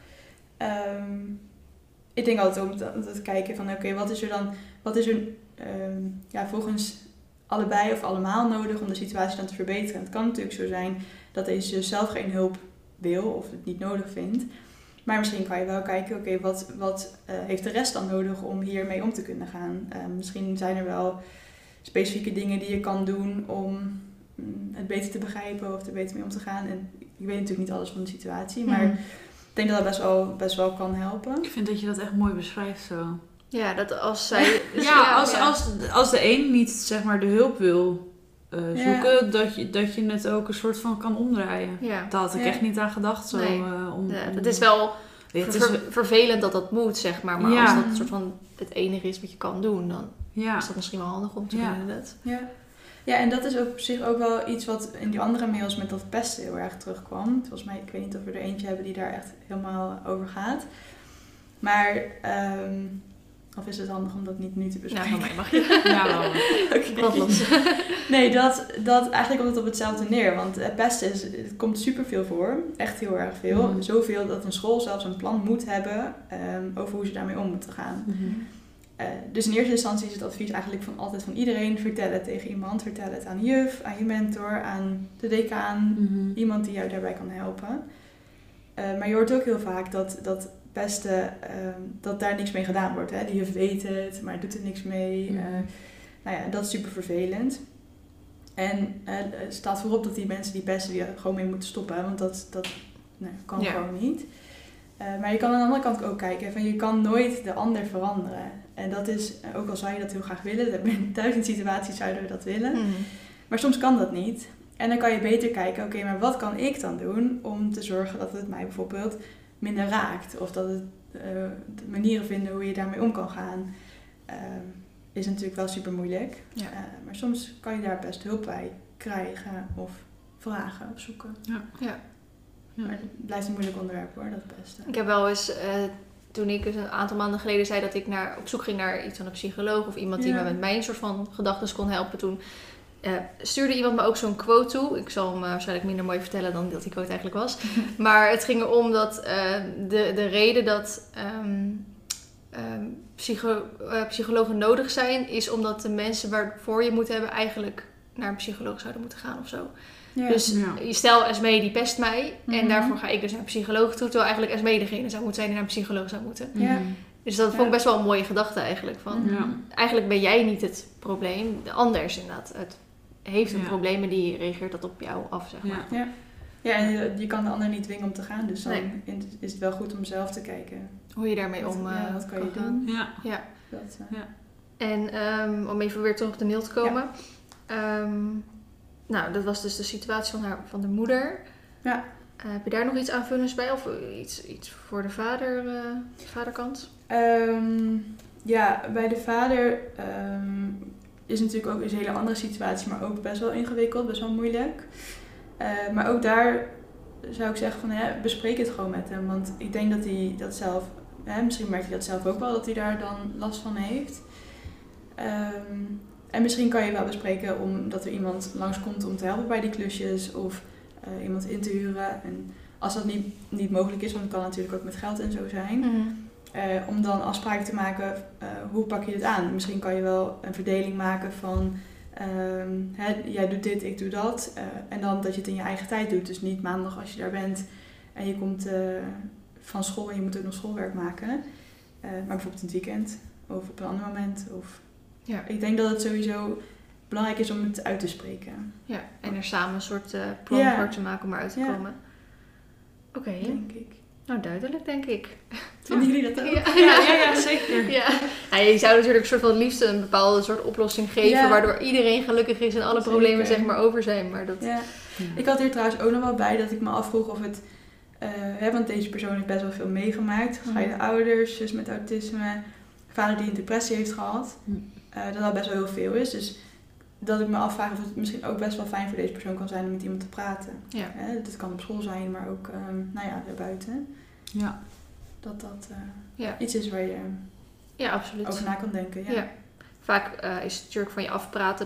[SPEAKER 3] Ik denk altijd om te kijken van oké, wat is er volgens allebei of allemaal nodig om de situatie dan te verbeteren. Het kan natuurlijk zo zijn dat deze zus zelf geen hulp wil of het niet nodig vindt. Maar misschien kan je wel kijken, oké, wat heeft de rest dan nodig om hiermee om te kunnen gaan? Misschien zijn er wel specifieke dingen die je kan doen om het beter te begrijpen of er beter mee om te gaan. En ik weet natuurlijk niet alles van de situatie, maar ik denk dat dat best wel kan helpen.
[SPEAKER 2] Ik vind dat je dat echt mooi beschrijft zo.
[SPEAKER 1] Ja, dat als zij...
[SPEAKER 2] Als de een niet zeg maar de hulp wil zoeken, dat je het ook een soort van kan omdraaien. Ja. Daar had ik echt niet aan gedacht. Zo,
[SPEAKER 1] nee. Het is wel vervelend dat dat moet, zeg maar. Maar als dat een soort van het enige is wat je kan doen, dan is dat misschien wel handig om te doen inderdaad.
[SPEAKER 3] Ja, en dat is op zich ook wel iets wat in die andere mails met dat pesten heel erg terugkwam. Volgens mij, ik weet niet of we er eentje hebben die daar echt helemaal over gaat. Maar, of is het handig om dat niet nu te bespreken?
[SPEAKER 1] Nou, van mij mag je.
[SPEAKER 2] Ja, wel.
[SPEAKER 3] Okay. Los. Nee, dat eigenlijk komt het op hetzelfde neer. Want pesten het komt superveel voor. Echt heel erg veel.
[SPEAKER 2] Mm-hmm.
[SPEAKER 3] Zoveel dat een school zelfs een plan moet hebben over hoe ze daarmee om moeten gaan.
[SPEAKER 2] Mm-hmm.
[SPEAKER 3] Dus in eerste instantie is het advies eigenlijk altijd van iedereen. Vertel het tegen iemand. Vertel het aan juf, aan je mentor, aan de decaan.
[SPEAKER 2] Mm-hmm.
[SPEAKER 3] Iemand die jou daarbij kan helpen. Maar je hoort ook heel vaak dat pesten, dat daar niks mee gedaan wordt. Hè? De juf weet het, maar doet er niks mee.
[SPEAKER 2] Mm-hmm.
[SPEAKER 3] Dat is super vervelend. En het staat voorop dat die mensen die pesten die gewoon mee moeten stoppen. Want dat kan gewoon niet. Maar je kan aan de andere kant ook kijken van je kan nooit de ander veranderen. En dat is, ook al zou je dat heel graag willen, in 1000 situaties zouden we dat willen.
[SPEAKER 1] Mm-hmm.
[SPEAKER 3] Maar soms kan dat niet. En dan kan je beter kijken, oké, maar wat kan ik dan doen om te zorgen dat het mij bijvoorbeeld minder raakt? Of dat het manieren vinden hoe je daarmee om kan gaan. Is natuurlijk wel super moeilijk.
[SPEAKER 1] Ja.
[SPEAKER 3] Maar soms kan je daar best hulp bij krijgen of vragen of zoeken.
[SPEAKER 1] Ja.
[SPEAKER 3] Maar het blijft een moeilijk onderwerp hoor, dat pesten.
[SPEAKER 1] Ik heb wel eens, toen ik een aantal maanden geleden zei dat ik op zoek ging naar iets van een psycholoog of iemand die me met mijn soort van gedachten kon helpen, toen stuurde iemand me ook zo'n quote toe. Ik zal hem waarschijnlijk minder mooi vertellen dan dat die quote eigenlijk was. Maar het ging erom dat de reden dat psychologen nodig zijn, is omdat de mensen waarvoor je moet hebben eigenlijk naar een psycholoog zouden moeten gaan of zo.
[SPEAKER 3] Ja.
[SPEAKER 1] Dus stel Esmee die pest mij en
[SPEAKER 3] Mhm.
[SPEAKER 1] daarvoor ga ik dus naar een psycholoog toe, terwijl eigenlijk Esmee degene zou moeten zijn die naar een psycholoog zou moeten.
[SPEAKER 3] Ja.
[SPEAKER 1] Dus dat vond ik best wel een mooie gedachte eigenlijk. Van,
[SPEAKER 2] Ja.
[SPEAKER 1] eigenlijk ben jij niet het probleem, de ander is inderdaad het heeft een
[SPEAKER 2] Ja.
[SPEAKER 1] probleem en die reageert dat op jou af, zeg maar.
[SPEAKER 2] Ja.
[SPEAKER 3] Ja, en je kan de ander niet dwingen om te gaan. Dus dan
[SPEAKER 1] Nee.
[SPEAKER 3] is het wel goed om zelf te kijken.
[SPEAKER 1] Hoe je daarmee
[SPEAKER 3] Wat-
[SPEAKER 1] om
[SPEAKER 3] wat kan je
[SPEAKER 1] gaan.
[SPEAKER 3] doen?
[SPEAKER 2] Ja.
[SPEAKER 1] Ja.
[SPEAKER 3] Dat,
[SPEAKER 1] En om even weer terug op de mail te komen. Nou, dat was dus de situatie van de moeder.
[SPEAKER 3] Ja.
[SPEAKER 1] Heb je daar nog iets aanvullends bij? Of iets voor de vaderkant?
[SPEAKER 3] Ja, bij de vader is natuurlijk ook een hele andere situatie, maar ook best wel ingewikkeld, best wel moeilijk. Maar ook daar zou ik zeggen van, bespreek het gewoon met hem. Want ik denk dat hij dat zelf, misschien merkt hij dat zelf ook wel, dat hij daar dan last van heeft. En misschien kan je wel bespreken dat er iemand langskomt om te helpen bij die klusjes of iemand in te huren. En als dat niet mogelijk is, want het kan natuurlijk ook met geld en zo zijn. Om dan afspraken te maken, hoe pak je dit aan? Misschien kan je wel een verdeling maken van, jij doet dit, ik doe dat. En dan dat je het in je eigen tijd doet. Dus niet maandag als je daar bent en je komt van school en je moet ook nog schoolwerk maken. Maar bijvoorbeeld in het weekend of op een ander moment.
[SPEAKER 1] Ja.
[SPEAKER 3] Ik denk dat het sowieso belangrijk is om het uit te spreken.
[SPEAKER 1] Ja, en er samen een soort plan voor te maken om eruit te komen. Oké,
[SPEAKER 3] Denk ik.
[SPEAKER 1] nou duidelijk denk ik.
[SPEAKER 3] Vinden jullie dat ook?
[SPEAKER 2] Ja, zeker.
[SPEAKER 1] Ja. Ja, je zou natuurlijk een soort van het liefst een bepaalde soort oplossing geven,
[SPEAKER 3] Ja.
[SPEAKER 1] waardoor iedereen gelukkig is en alle
[SPEAKER 3] Zeker.
[SPEAKER 1] problemen zeg maar over zijn. Maar dat...
[SPEAKER 3] Ja. Ik had hier trouwens ook nog wel bij dat ik me afvroeg of het... want deze persoon heeft best wel veel meegemaakt. Gescheiden ouders, zus met autisme, vader die een depressie heeft gehad. Dat dat best wel heel veel is. Dus dat ik me afvraag of het misschien ook best wel fijn voor deze persoon kan zijn om met iemand te praten.
[SPEAKER 1] Ja.
[SPEAKER 3] Dat kan op school zijn, maar ook daarbuiten.
[SPEAKER 2] Ja.
[SPEAKER 3] Dat
[SPEAKER 1] Ja.
[SPEAKER 3] iets is waar je
[SPEAKER 1] Ja, absoluut.
[SPEAKER 3] over na kan denken. Ja.
[SPEAKER 1] Ja. Vaak is het natuurlijk van je afpraten,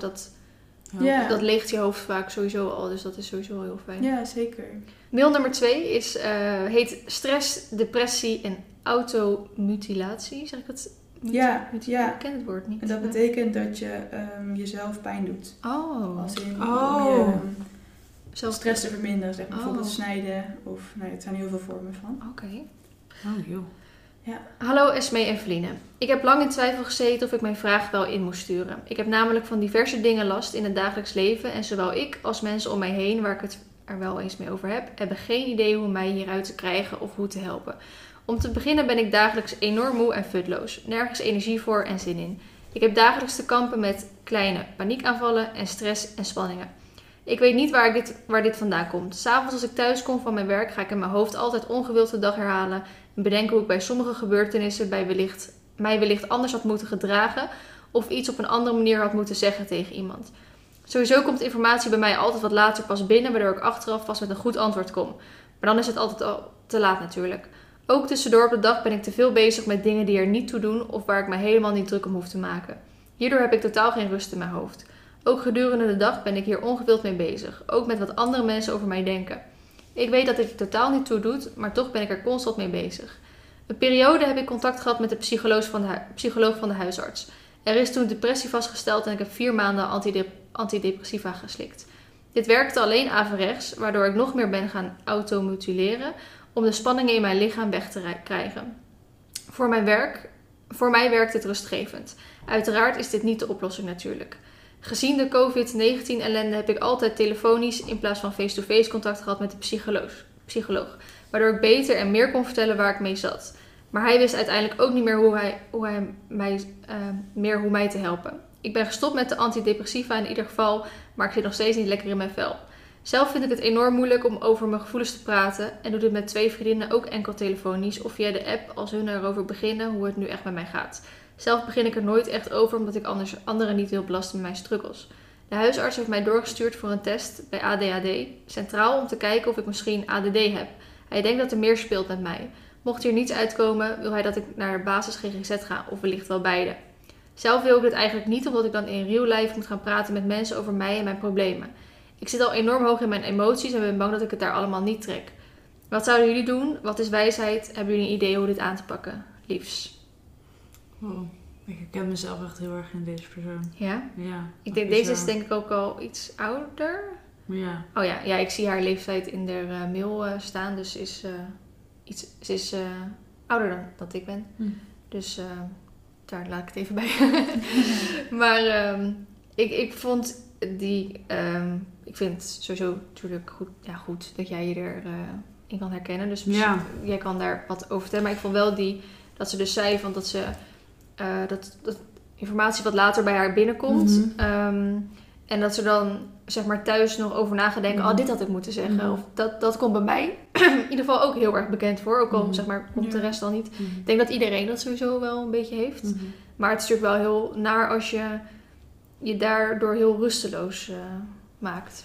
[SPEAKER 3] Ja.
[SPEAKER 1] dat leegt je hoofd vaak sowieso al, dus dat is sowieso wel heel fijn.
[SPEAKER 3] Ja, zeker.
[SPEAKER 1] Mail nummer 2 heet stress, depressie en automutilatie. Zeg ik dat?
[SPEAKER 3] Ja.
[SPEAKER 1] Ik ken het woord niet.
[SPEAKER 3] En dat betekent dat je jezelf pijn doet.
[SPEAKER 1] Oh.
[SPEAKER 3] Als in
[SPEAKER 2] Oh.
[SPEAKER 3] om je
[SPEAKER 1] Zelf
[SPEAKER 3] stress te verminderen. Zeg maar. Bijvoorbeeld
[SPEAKER 1] Oh.
[SPEAKER 3] snijden. Of, het zijn heel veel vormen van.
[SPEAKER 1] Oké.
[SPEAKER 2] Oh, joh.
[SPEAKER 1] Hallo Esmee en Feline. Ik heb lang in twijfel gezeten of ik mijn vraag wel in moest sturen. Ik heb namelijk van diverse dingen last in het dagelijks leven en zowel ik als mensen om mij heen waar ik het er wel eens mee over heb, hebben geen idee hoe mij hieruit te krijgen of hoe te helpen. Om te beginnen ben ik dagelijks enorm moe en futloos. Nergens energie voor en zin in. Ik heb dagelijks te kampen met kleine paniekaanvallen en stress en spanningen. Ik weet niet waar dit vandaan komt. 's Avonds als ik thuis kom van mijn werk ga ik in mijn hoofd altijd ongewild de dag herhalen en bedenken hoe ik bij sommige gebeurtenissen mij wellicht anders had moeten gedragen of iets op een andere manier had moeten zeggen tegen iemand. Sowieso komt informatie bij mij altijd wat later pas binnen, waardoor ik achteraf pas met een goed antwoord kom. Maar dan is het altijd al te laat natuurlijk. Ook tussendoor op de dag ben ik te veel bezig met dingen die er niet toe doen of waar ik me helemaal niet druk om hoef te maken. Hierdoor heb ik totaal geen rust in mijn hoofd. Ook gedurende de dag ben ik hier ongewild mee bezig, ook met wat andere mensen over mij denken. Ik weet dat dit er totaal niet toe doet, maar toch ben ik er constant mee bezig. Een periode heb ik contact gehad met de psycholoog van de huisarts. Er is toen depressie vastgesteld en ik heb 4 maanden antidepressiva geslikt. Dit werkte alleen averechts, waardoor ik nog meer ben gaan automutileren om de spanningen in mijn lichaam weg te krijgen. Voor mij werkt het rustgevend. Uiteraard is dit niet de oplossing natuurlijk. Gezien de COVID-19 ellende heb ik altijd telefonisch in plaats van face-to-face contact gehad met de psycholoog. Waardoor ik beter en meer kon vertellen waar ik mee zat. Maar hij wist uiteindelijk ook niet meer hoe mij te helpen. Ik ben gestopt met de antidepressiva in ieder geval, maar ik zit nog steeds niet lekker in mijn vel. Zelf vind ik het enorm moeilijk om over mijn gevoelens te praten en doe dit met 2 vriendinnen ook enkel telefonisch of via de app als hun erover beginnen hoe het nu echt met mij gaat. Zelf begin ik er nooit echt over omdat ik anders anderen niet wil belasten met mijn struggles. De huisarts heeft mij doorgestuurd voor een test bij ADHD, centraal om te kijken of ik misschien ADD heb. Hij denkt dat er meer speelt met mij. Mocht hier niets uitkomen, wil hij dat ik naar de basis GGZ ga of wellicht wel beide. Zelf wil ik dit eigenlijk niet omdat ik dan in real life moet gaan praten met mensen over mij en mijn problemen. Ik zit al enorm hoog in mijn emoties en ben bang dat ik het daar allemaal niet trek. Wat zouden jullie doen? Wat is wijsheid? Hebben jullie een idee hoe dit aan te pakken? Liefs.
[SPEAKER 2] Wow. Ik herken mezelf echt heel erg in deze persoon.
[SPEAKER 1] Ja?
[SPEAKER 2] Ja.
[SPEAKER 1] Ik denk, deze is denk ik ook al iets ouder.
[SPEAKER 2] Ja.
[SPEAKER 1] Oh ja, ik zie haar leeftijd in de mail staan. Dus ze is ouder dan dat ik ben. Dus daar laat ik het even bij. Maar ik vond ik vind het sowieso natuurlijk goed dat jij je erin kan herkennen. Dus jij kan daar wat over vertellen. Maar ik vond wel dat ze dus zei van dat ze dat informatie wat later bij haar binnenkomt. En dat ze dan zeg maar thuis nog over na gaat denken, dit had ik moeten zeggen. Of dat komt bij mij in ieder geval ook heel erg bekend voor. Ook al zeg maar komt de rest dan niet. Ik denk dat iedereen dat sowieso wel een beetje heeft. Maar het is natuurlijk wel heel naar als je daardoor heel rusteloos maakt.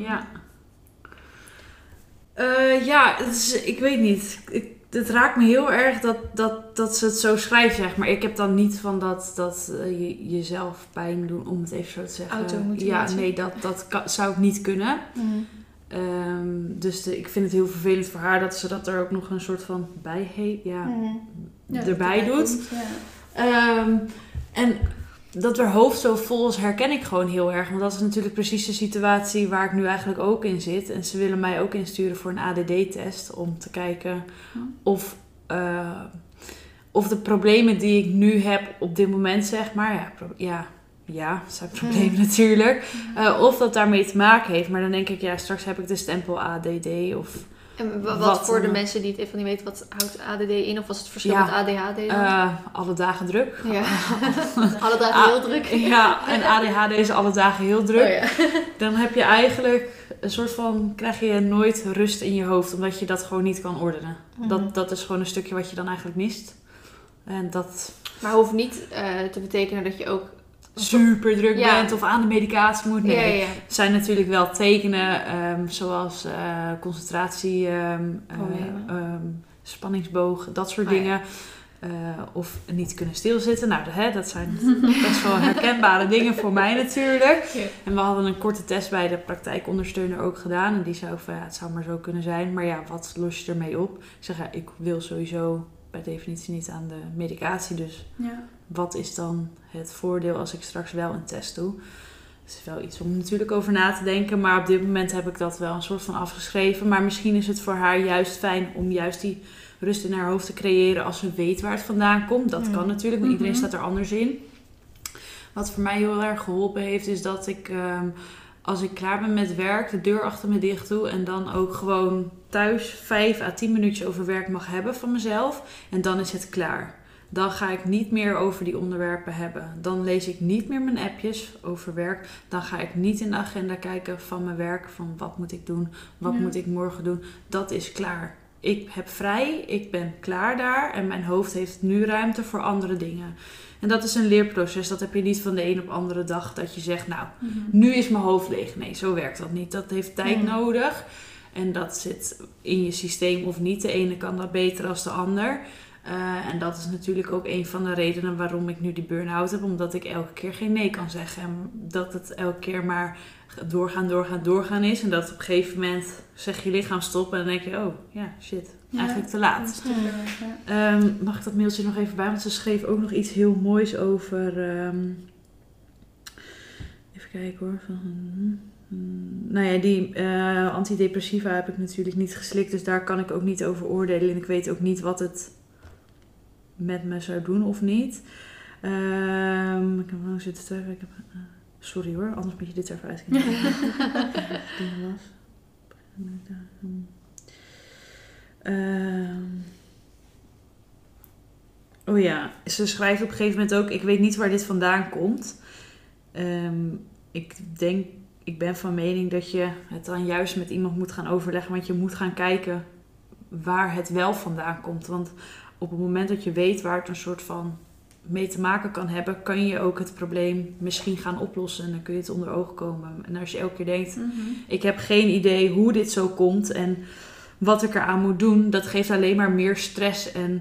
[SPEAKER 2] Ja. Ik weet niet. Het raakt me heel erg dat ze het zo schrijft, zeg maar. Ik heb dan niet van dat jezelf pijn doen, om het even zo te zeggen.
[SPEAKER 1] Automotivatie.
[SPEAKER 2] Ja, nee, dat zou ik niet kunnen. Dus ik vind het heel vervelend voor haar dat ze dat er ook nog een soort van erbij doet. Komt, en dat haar hoofd zo vol is, herken ik gewoon heel erg. Want dat is natuurlijk precies de situatie waar ik nu eigenlijk ook in zit. En ze willen mij ook insturen voor een ADD-test. Om te kijken of de problemen die ik nu heb op dit moment, zeg maar. Ja, dat zijn problemen natuurlijk. Of dat daarmee te maken heeft. Maar dan denk ik, straks heb ik de stempel ADD of...
[SPEAKER 1] En wat voor de mensen die het even niet weten, wat houdt ADD in? Of was het verschil met ADHD dan?
[SPEAKER 2] Alle dagen druk.
[SPEAKER 1] Ja. Alle dagen heel druk.
[SPEAKER 2] Ja, en ADHD is alle dagen heel druk.
[SPEAKER 1] Oh, ja.
[SPEAKER 2] Dan heb je eigenlijk een soort van, krijg je nooit rust in je hoofd, omdat je dat gewoon niet kan ordenen. Dat is gewoon een stukje wat je dan eigenlijk mist. En dat...
[SPEAKER 1] Maar hoeft niet te betekenen dat je ook
[SPEAKER 2] super druk bent of aan de medicatie moet. Nee,
[SPEAKER 1] Er
[SPEAKER 2] zijn natuurlijk wel tekenen zoals concentratie, spanningsboog, dat soort dingen. Of niet kunnen stilzitten. Nou, dat zijn best wel herkenbare dingen voor mij natuurlijk. Ja. En we hadden een korte test bij de praktijkondersteuner ook gedaan. En die zei ook van, het zou maar zo kunnen zijn. Maar wat los je ermee op? Ik zeg, ik wil sowieso bij definitie niet aan de medicatie. Dus wat is dan het voordeel als ik straks wel een test doe? Het is wel iets om natuurlijk over na te denken. Maar op dit moment heb ik dat wel een soort van afgeschreven. Maar misschien is het voor haar juist fijn om juist die rust in haar hoofd te creëren als ze weet waar het vandaan komt. Dat kan natuurlijk, maar iedereen staat er anders in. Wat voor mij heel erg geholpen heeft, is dat ik als ik klaar ben met werk, de deur achter me dicht doe en dan ook gewoon thuis 5 à 10 minuutjes over werk mag hebben van mezelf. En dan is het klaar. Dan ga ik niet meer over die onderwerpen hebben. Dan lees ik niet meer mijn appjes over werk. Dan ga ik niet in de agenda kijken van mijn werk. Van wat moet ik doen? Wat moet ik morgen doen? Dat is klaar. Ik heb vrij. Ik ben klaar daar. En mijn hoofd heeft nu ruimte voor andere dingen. En dat is een leerproces. Dat heb je niet van de een op andere dag. Dat je zegt, nu is mijn hoofd leeg. Nee, zo werkt dat niet. Dat heeft tijd nodig. En dat zit in je systeem of niet. De ene kan dat beter dan de ander. En dat is natuurlijk ook een van de redenen waarom ik nu die burn-out heb. Omdat ik elke keer geen nee kan zeggen. En dat het elke keer maar doorgaan is. En dat op een gegeven moment zeg je lichaam stop. En dan denk je, shit, eigenlijk te laat. Mag ik dat mailtje nog even bij? Want ze schreef ook nog iets heel moois over... even kijken hoor. Die antidepressiva heb ik natuurlijk niet geslikt. Dus daar kan ik ook niet over oordelen. En ik weet ook niet wat het met me zou doen of niet. Ik heb lang zitten twijfelen. Sorry hoor, anders moet je dit even uitkijken. Ze schrijft op een gegeven moment ook... Ik weet niet waar dit vandaan komt. Ik ben van mening dat je het dan juist met iemand moet gaan overleggen. Want je moet gaan kijken waar het wel vandaan komt. Want op het moment dat je weet waar het een soort van mee te maken kan hebben, kan je ook het probleem misschien gaan oplossen. En dan kun je het onder ogen komen. En als je elke keer denkt, ik heb geen idee hoe dit zo komt en wat ik eraan moet doen, dat geeft alleen maar meer stress en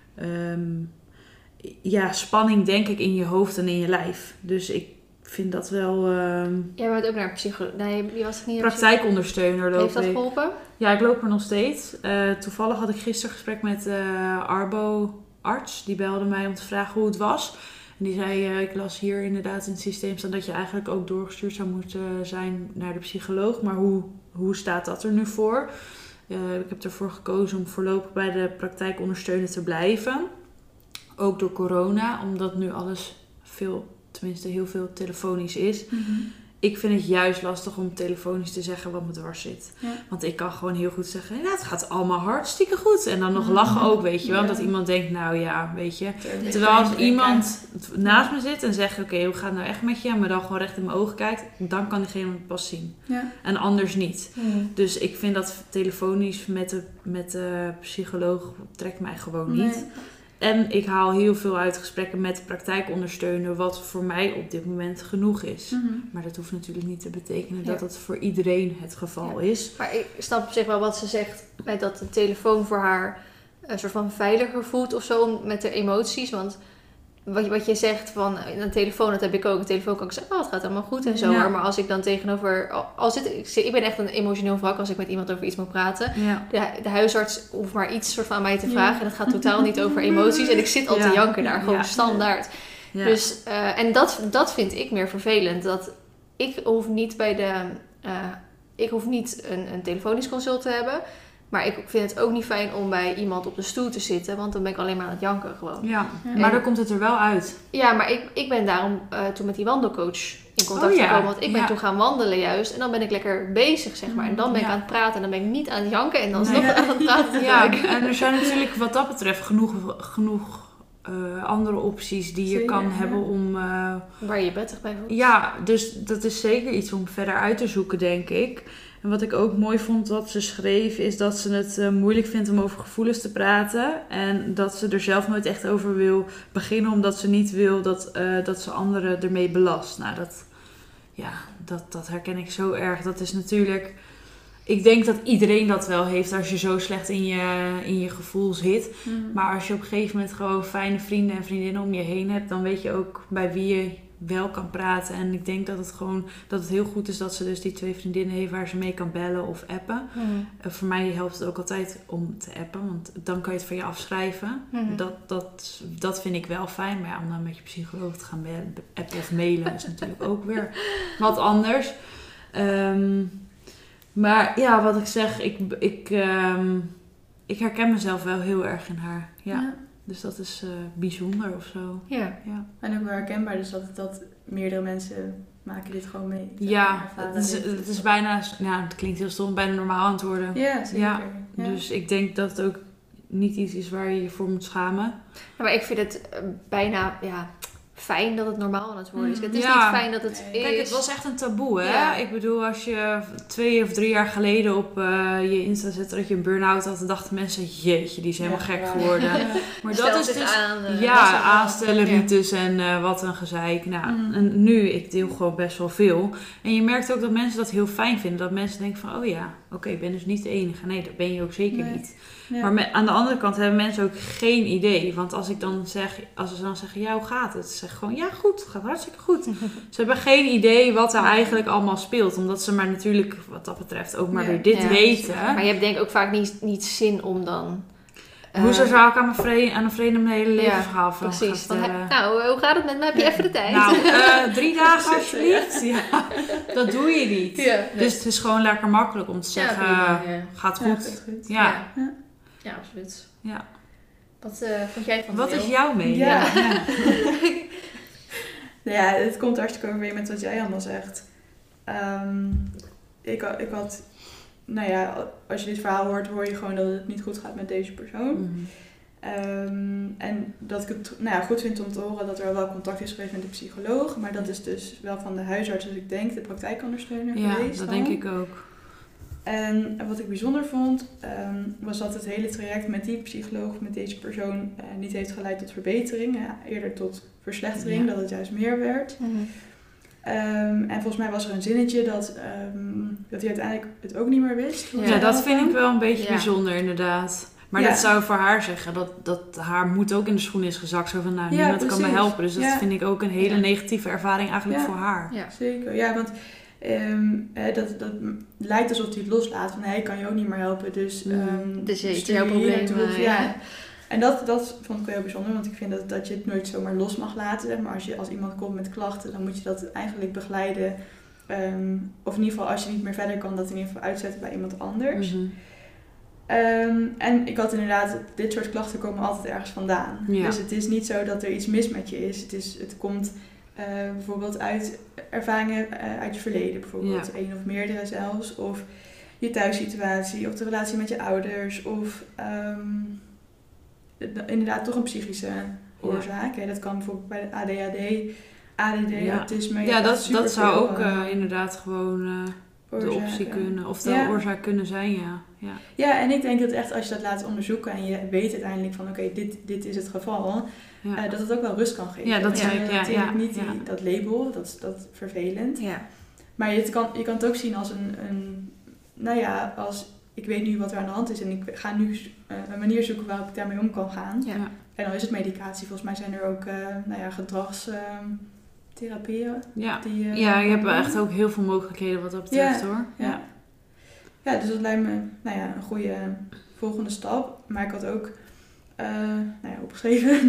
[SPEAKER 2] spanning, denk ik, in je hoofd en in je lijf. Dus ik vind dat wel...
[SPEAKER 1] Jij bent ook naar een psycholoog. Nee, je was niet
[SPEAKER 2] praktijkondersteuner loop ik.
[SPEAKER 1] Heeft dat geholpen?
[SPEAKER 2] Ja, ik loop er nog steeds. Toevallig had ik gisteren gesprek met Arbo-arts. Die belde mij om te vragen hoe het was. En En die zei, ik las hier inderdaad in het systeem staan dat je eigenlijk ook doorgestuurd zou moeten zijn naar de psycholoog. Maar hoe staat dat er nu voor? Ik heb ervoor gekozen om voorlopig bij de praktijkondersteuner te blijven. Ook door corona, omdat nu alles heel veel telefonisch is.
[SPEAKER 3] Mm-hmm.
[SPEAKER 2] Ik vind het juist lastig om telefonisch te zeggen wat me dwars zit.
[SPEAKER 3] Ja.
[SPEAKER 2] Want ik kan gewoon heel goed zeggen, ja, het gaat allemaal hartstikke goed. En dan nog lachen ook, weet je wel.
[SPEAKER 3] Ja.
[SPEAKER 2] Dat iemand denkt, nou ja, weet je. Terwijl als iemand naast me zit en zegt, oké, hoe gaat het nou echt met je? En me dan gewoon recht in mijn ogen kijkt, dan kan diegene het pas zien.
[SPEAKER 3] Ja.
[SPEAKER 2] En anders niet. Dus ik vind dat telefonisch met de psycholoog trekt mij gewoon niet.
[SPEAKER 3] Nee.
[SPEAKER 2] En ik haal heel veel uit gesprekken met de praktijkondersteuner, wat voor mij op dit moment genoeg is.
[SPEAKER 3] Mm-hmm.
[SPEAKER 2] Maar dat hoeft natuurlijk niet te betekenen
[SPEAKER 1] Ja.
[SPEAKER 2] dat het voor iedereen het geval is.
[SPEAKER 1] Maar ik snap op zich wel wat ze zegt, bij dat de telefoon voor haar een soort van veiliger voelt of zo met de emoties. Want wat je zegt van een telefoon, dat heb ik ook. Een telefoon kan ik zeggen, het gaat allemaal goed en zo.
[SPEAKER 2] Ja.
[SPEAKER 1] Maar als ik dan tegenover... Ik ben echt een emotioneel wrak als ik met iemand over iets moet praten.
[SPEAKER 2] Ja.
[SPEAKER 1] De huisarts hoeft maar iets soort van aan mij te vragen. En dat gaat totaal niet over emoties. En ik zit al te janken daar, gewoon standaard.
[SPEAKER 2] Ja.
[SPEAKER 1] Dus, en dat vind ik meer vervelend. Dat ik hoef niet ik hoef niet een telefonisch consult te hebben. Maar ik vind het ook niet fijn om bij iemand op de stoel te zitten. Want dan ben ik alleen maar aan het janken gewoon.
[SPEAKER 2] Ja,
[SPEAKER 3] Ja.
[SPEAKER 2] maar dan komt het er wel uit.
[SPEAKER 1] Ja, maar ik ben daarom toen met die wandelcoach in contact
[SPEAKER 2] Oh ja,
[SPEAKER 1] gekomen. Want ik ben
[SPEAKER 2] ja.
[SPEAKER 1] toen gaan wandelen juist. En dan ben ik lekker bezig, zeg maar. En dan ben ik
[SPEAKER 2] Ja.
[SPEAKER 1] aan het praten. En dan ben ik niet aan het janken. En dan is
[SPEAKER 2] Nee.
[SPEAKER 1] nog aan het praten.
[SPEAKER 2] Ja, en er zijn natuurlijk wat dat betreft genoeg andere opties die je
[SPEAKER 3] Zeker,
[SPEAKER 2] kan
[SPEAKER 3] ja.
[SPEAKER 2] hebben om...
[SPEAKER 1] Waar je je prettig bij voelt.
[SPEAKER 2] Ja, dus dat is zeker iets om verder uit te zoeken, denk ik. En wat ik ook mooi vond wat ze schreef, is dat ze het moeilijk vindt om over gevoelens te praten. En dat ze er zelf nooit echt over wil beginnen, omdat ze niet wil dat ze anderen ermee belast. Nou, dat herken ik zo erg. Dat is natuurlijk... Ik denk dat iedereen dat wel heeft als je zo slecht in je gevoel zit.
[SPEAKER 3] Mm-hmm.
[SPEAKER 2] Maar als je op een gegeven moment gewoon fijne vrienden en vriendinnen om je heen hebt, dan weet je ook bij wie je wel kan praten. En ik denk dat het heel goed is dat ze dus die 2 vriendinnen heeft waar ze mee kan bellen of appen. Voor mij helpt het ook altijd om te appen, want dan kan je het van je afschrijven. Dat vind ik wel fijn. Maar ja, om dan met je psycholoog te gaan appen of mailen is natuurlijk ook weer wat anders. Maar ja, wat ik zeg, ik herken mezelf wel heel erg in haar. Ja. Dus dat is bijzonder of zo.
[SPEAKER 1] Ja.
[SPEAKER 2] Ja.
[SPEAKER 3] En ook wel herkenbaar, dus dat meerdere mensen maken dit gewoon mee.
[SPEAKER 2] Ja,
[SPEAKER 3] Ervaren
[SPEAKER 2] het is bijna, het klinkt heel stom, bijna normaal aan het worden.
[SPEAKER 3] Ja, zeker.
[SPEAKER 2] Ja,
[SPEAKER 3] Ja.
[SPEAKER 2] Dus ik denk dat het ook niet iets is waar je je voor moet schamen.
[SPEAKER 1] Ja, maar ik vind het bijna fijn dat het normaal aan het worden is. Het is
[SPEAKER 2] Ja.
[SPEAKER 1] niet fijn dat het is.
[SPEAKER 2] Kijk, het was echt een taboe, hè?
[SPEAKER 1] Ja.
[SPEAKER 2] Ik bedoel, als je 2 of 3 jaar geleden op je Insta zette dat je een burn-out had, dan dachten mensen, jeetje, die is helemaal gek geworden. Maar dat is dus... aanstelleritis en wat een gezeik. Nou, en nu, ik deel gewoon best wel veel. En je merkt ook dat mensen dat heel fijn vinden. Dat mensen denken van, oh ja, oké, ik ben dus niet de enige. Nee, dat ben je ook zeker niet.
[SPEAKER 3] Ja.
[SPEAKER 2] Maar aan de andere kant hebben mensen ook geen idee. Want als ze dan zeggen, ja, hoe gaat het? Ze zeggen gewoon, ja, goed, het gaat hartstikke goed. Ze hebben geen idee wat er eigenlijk allemaal speelt. Omdat ze maar natuurlijk, wat dat betreft, ook maar weer dit weten.
[SPEAKER 1] Maar je hebt denk ik ook vaak niet zin om dan...
[SPEAKER 2] Hoezo zou ik aan een vriend mijn hele levensverhaal van gaan
[SPEAKER 1] precies.
[SPEAKER 2] vertellen?
[SPEAKER 1] Nou, hoe gaat het met me? Heb je even de tijd?
[SPEAKER 2] Nou, 3 dagen alsjeblieft. Ja, dat doe je niet.
[SPEAKER 1] Ja, nee.
[SPEAKER 2] Dus het is gewoon lekker makkelijk om te zeggen, gaat
[SPEAKER 3] Ja,
[SPEAKER 2] goed.
[SPEAKER 3] gaat goed.
[SPEAKER 2] Ja.
[SPEAKER 1] Ja, absoluut.
[SPEAKER 2] Ja.
[SPEAKER 1] Wat vond jij van
[SPEAKER 2] Wat
[SPEAKER 1] de
[SPEAKER 2] is
[SPEAKER 1] mail?
[SPEAKER 2] jouw mening?
[SPEAKER 3] Ja.
[SPEAKER 2] Ja.
[SPEAKER 3] Nou ja, het komt hartstikke overeen met wat jij allemaal zegt. Ik had... Nou ja, als je dit verhaal hoort, hoor je gewoon dat het niet goed gaat met deze persoon.
[SPEAKER 2] Mhm.
[SPEAKER 3] En dat ik het goed vind om te horen dat er wel contact is geweest met de psycholoog. Maar dat is dus wel van de huisarts, dus ik denk de praktijkondersteuner
[SPEAKER 2] Ja,
[SPEAKER 3] geweest.
[SPEAKER 2] dat
[SPEAKER 3] dan.
[SPEAKER 2] denk ik ook.
[SPEAKER 3] En wat ik bijzonder vond, was dat het hele traject met die psycholoog, met deze persoon, niet heeft geleid tot verbetering. Eerder tot verslechtering, dat het juist meer werd. En volgens mij was er een zinnetje dat hij uiteindelijk het ook niet meer wist.
[SPEAKER 2] Ja, dat vind ik wel een beetje
[SPEAKER 1] Ja.
[SPEAKER 2] bijzonder inderdaad. Maar
[SPEAKER 3] Ja.
[SPEAKER 2] dat zou voor haar zeggen, dat haar moed ook in de schoenen is gezakt. Zo van, nou,
[SPEAKER 3] Ja,
[SPEAKER 2] niemand kan me
[SPEAKER 3] precies.
[SPEAKER 2] helpen. Dus dat
[SPEAKER 3] Ja.
[SPEAKER 2] vind ik ook een hele negatieve ervaring eigenlijk
[SPEAKER 3] Ja.
[SPEAKER 2] voor haar.
[SPEAKER 1] Ja.
[SPEAKER 3] Zeker, ja, want dat lijkt alsof hij het loslaat. Van, hij kan je ook niet meer helpen, dus...
[SPEAKER 1] Dus het is
[SPEAKER 3] stuur
[SPEAKER 1] jouw
[SPEAKER 3] je
[SPEAKER 1] probleem.
[SPEAKER 3] hier naartoe, of, ja. En dat vond ik wel heel bijzonder, want ik vind dat je het nooit zomaar los mag laten. Zeg maar als iemand komt met klachten, dan moet je dat eigenlijk begeleiden. Of in ieder geval, als je niet meer verder kan, dat in ieder geval uitzetten bij iemand anders.
[SPEAKER 2] Mhm.
[SPEAKER 3] En ik had inderdaad, dit soort klachten komen altijd ergens vandaan.
[SPEAKER 2] Ja.
[SPEAKER 3] Dus het is niet zo dat er iets mis met je is. Het komt bijvoorbeeld uit ervaringen uit je verleden. Bijvoorbeeld één of meerdere zelfs. Of je thuissituatie, of de relatie met je ouders. Of inderdaad toch een psychische oorzaak. Ja, dat kan bijvoorbeeld bij de ADD, autisme.
[SPEAKER 2] Ja, dat zou
[SPEAKER 3] superveel,
[SPEAKER 2] ook inderdaad gewoon de optie kunnen. Of de oorzaak kunnen zijn, ja.
[SPEAKER 3] Ja, en ik denk dat echt als je dat laat onderzoeken en je weet uiteindelijk van oké, dit is het geval, dat het ook wel rust kan geven.
[SPEAKER 2] Ja, dat zei ik,
[SPEAKER 3] natuurlijk niet dat label, dat is vervelend.
[SPEAKER 1] Ja.
[SPEAKER 3] Maar je kan het ook zien als als ik weet nu wat er aan de hand is en ik ga nu een manier zoeken waarop ik daarmee om kan gaan.
[SPEAKER 1] Ja.
[SPEAKER 3] En dan is het medicatie. Volgens mij zijn er ook gedragstherapieën.
[SPEAKER 2] Ja,
[SPEAKER 3] die,
[SPEAKER 2] je hebt echt ook heel veel mogelijkheden wat dat betreft hoor.
[SPEAKER 3] Ja, dus dat lijkt me een goede volgende stap. Maar ik had ook opgeschreven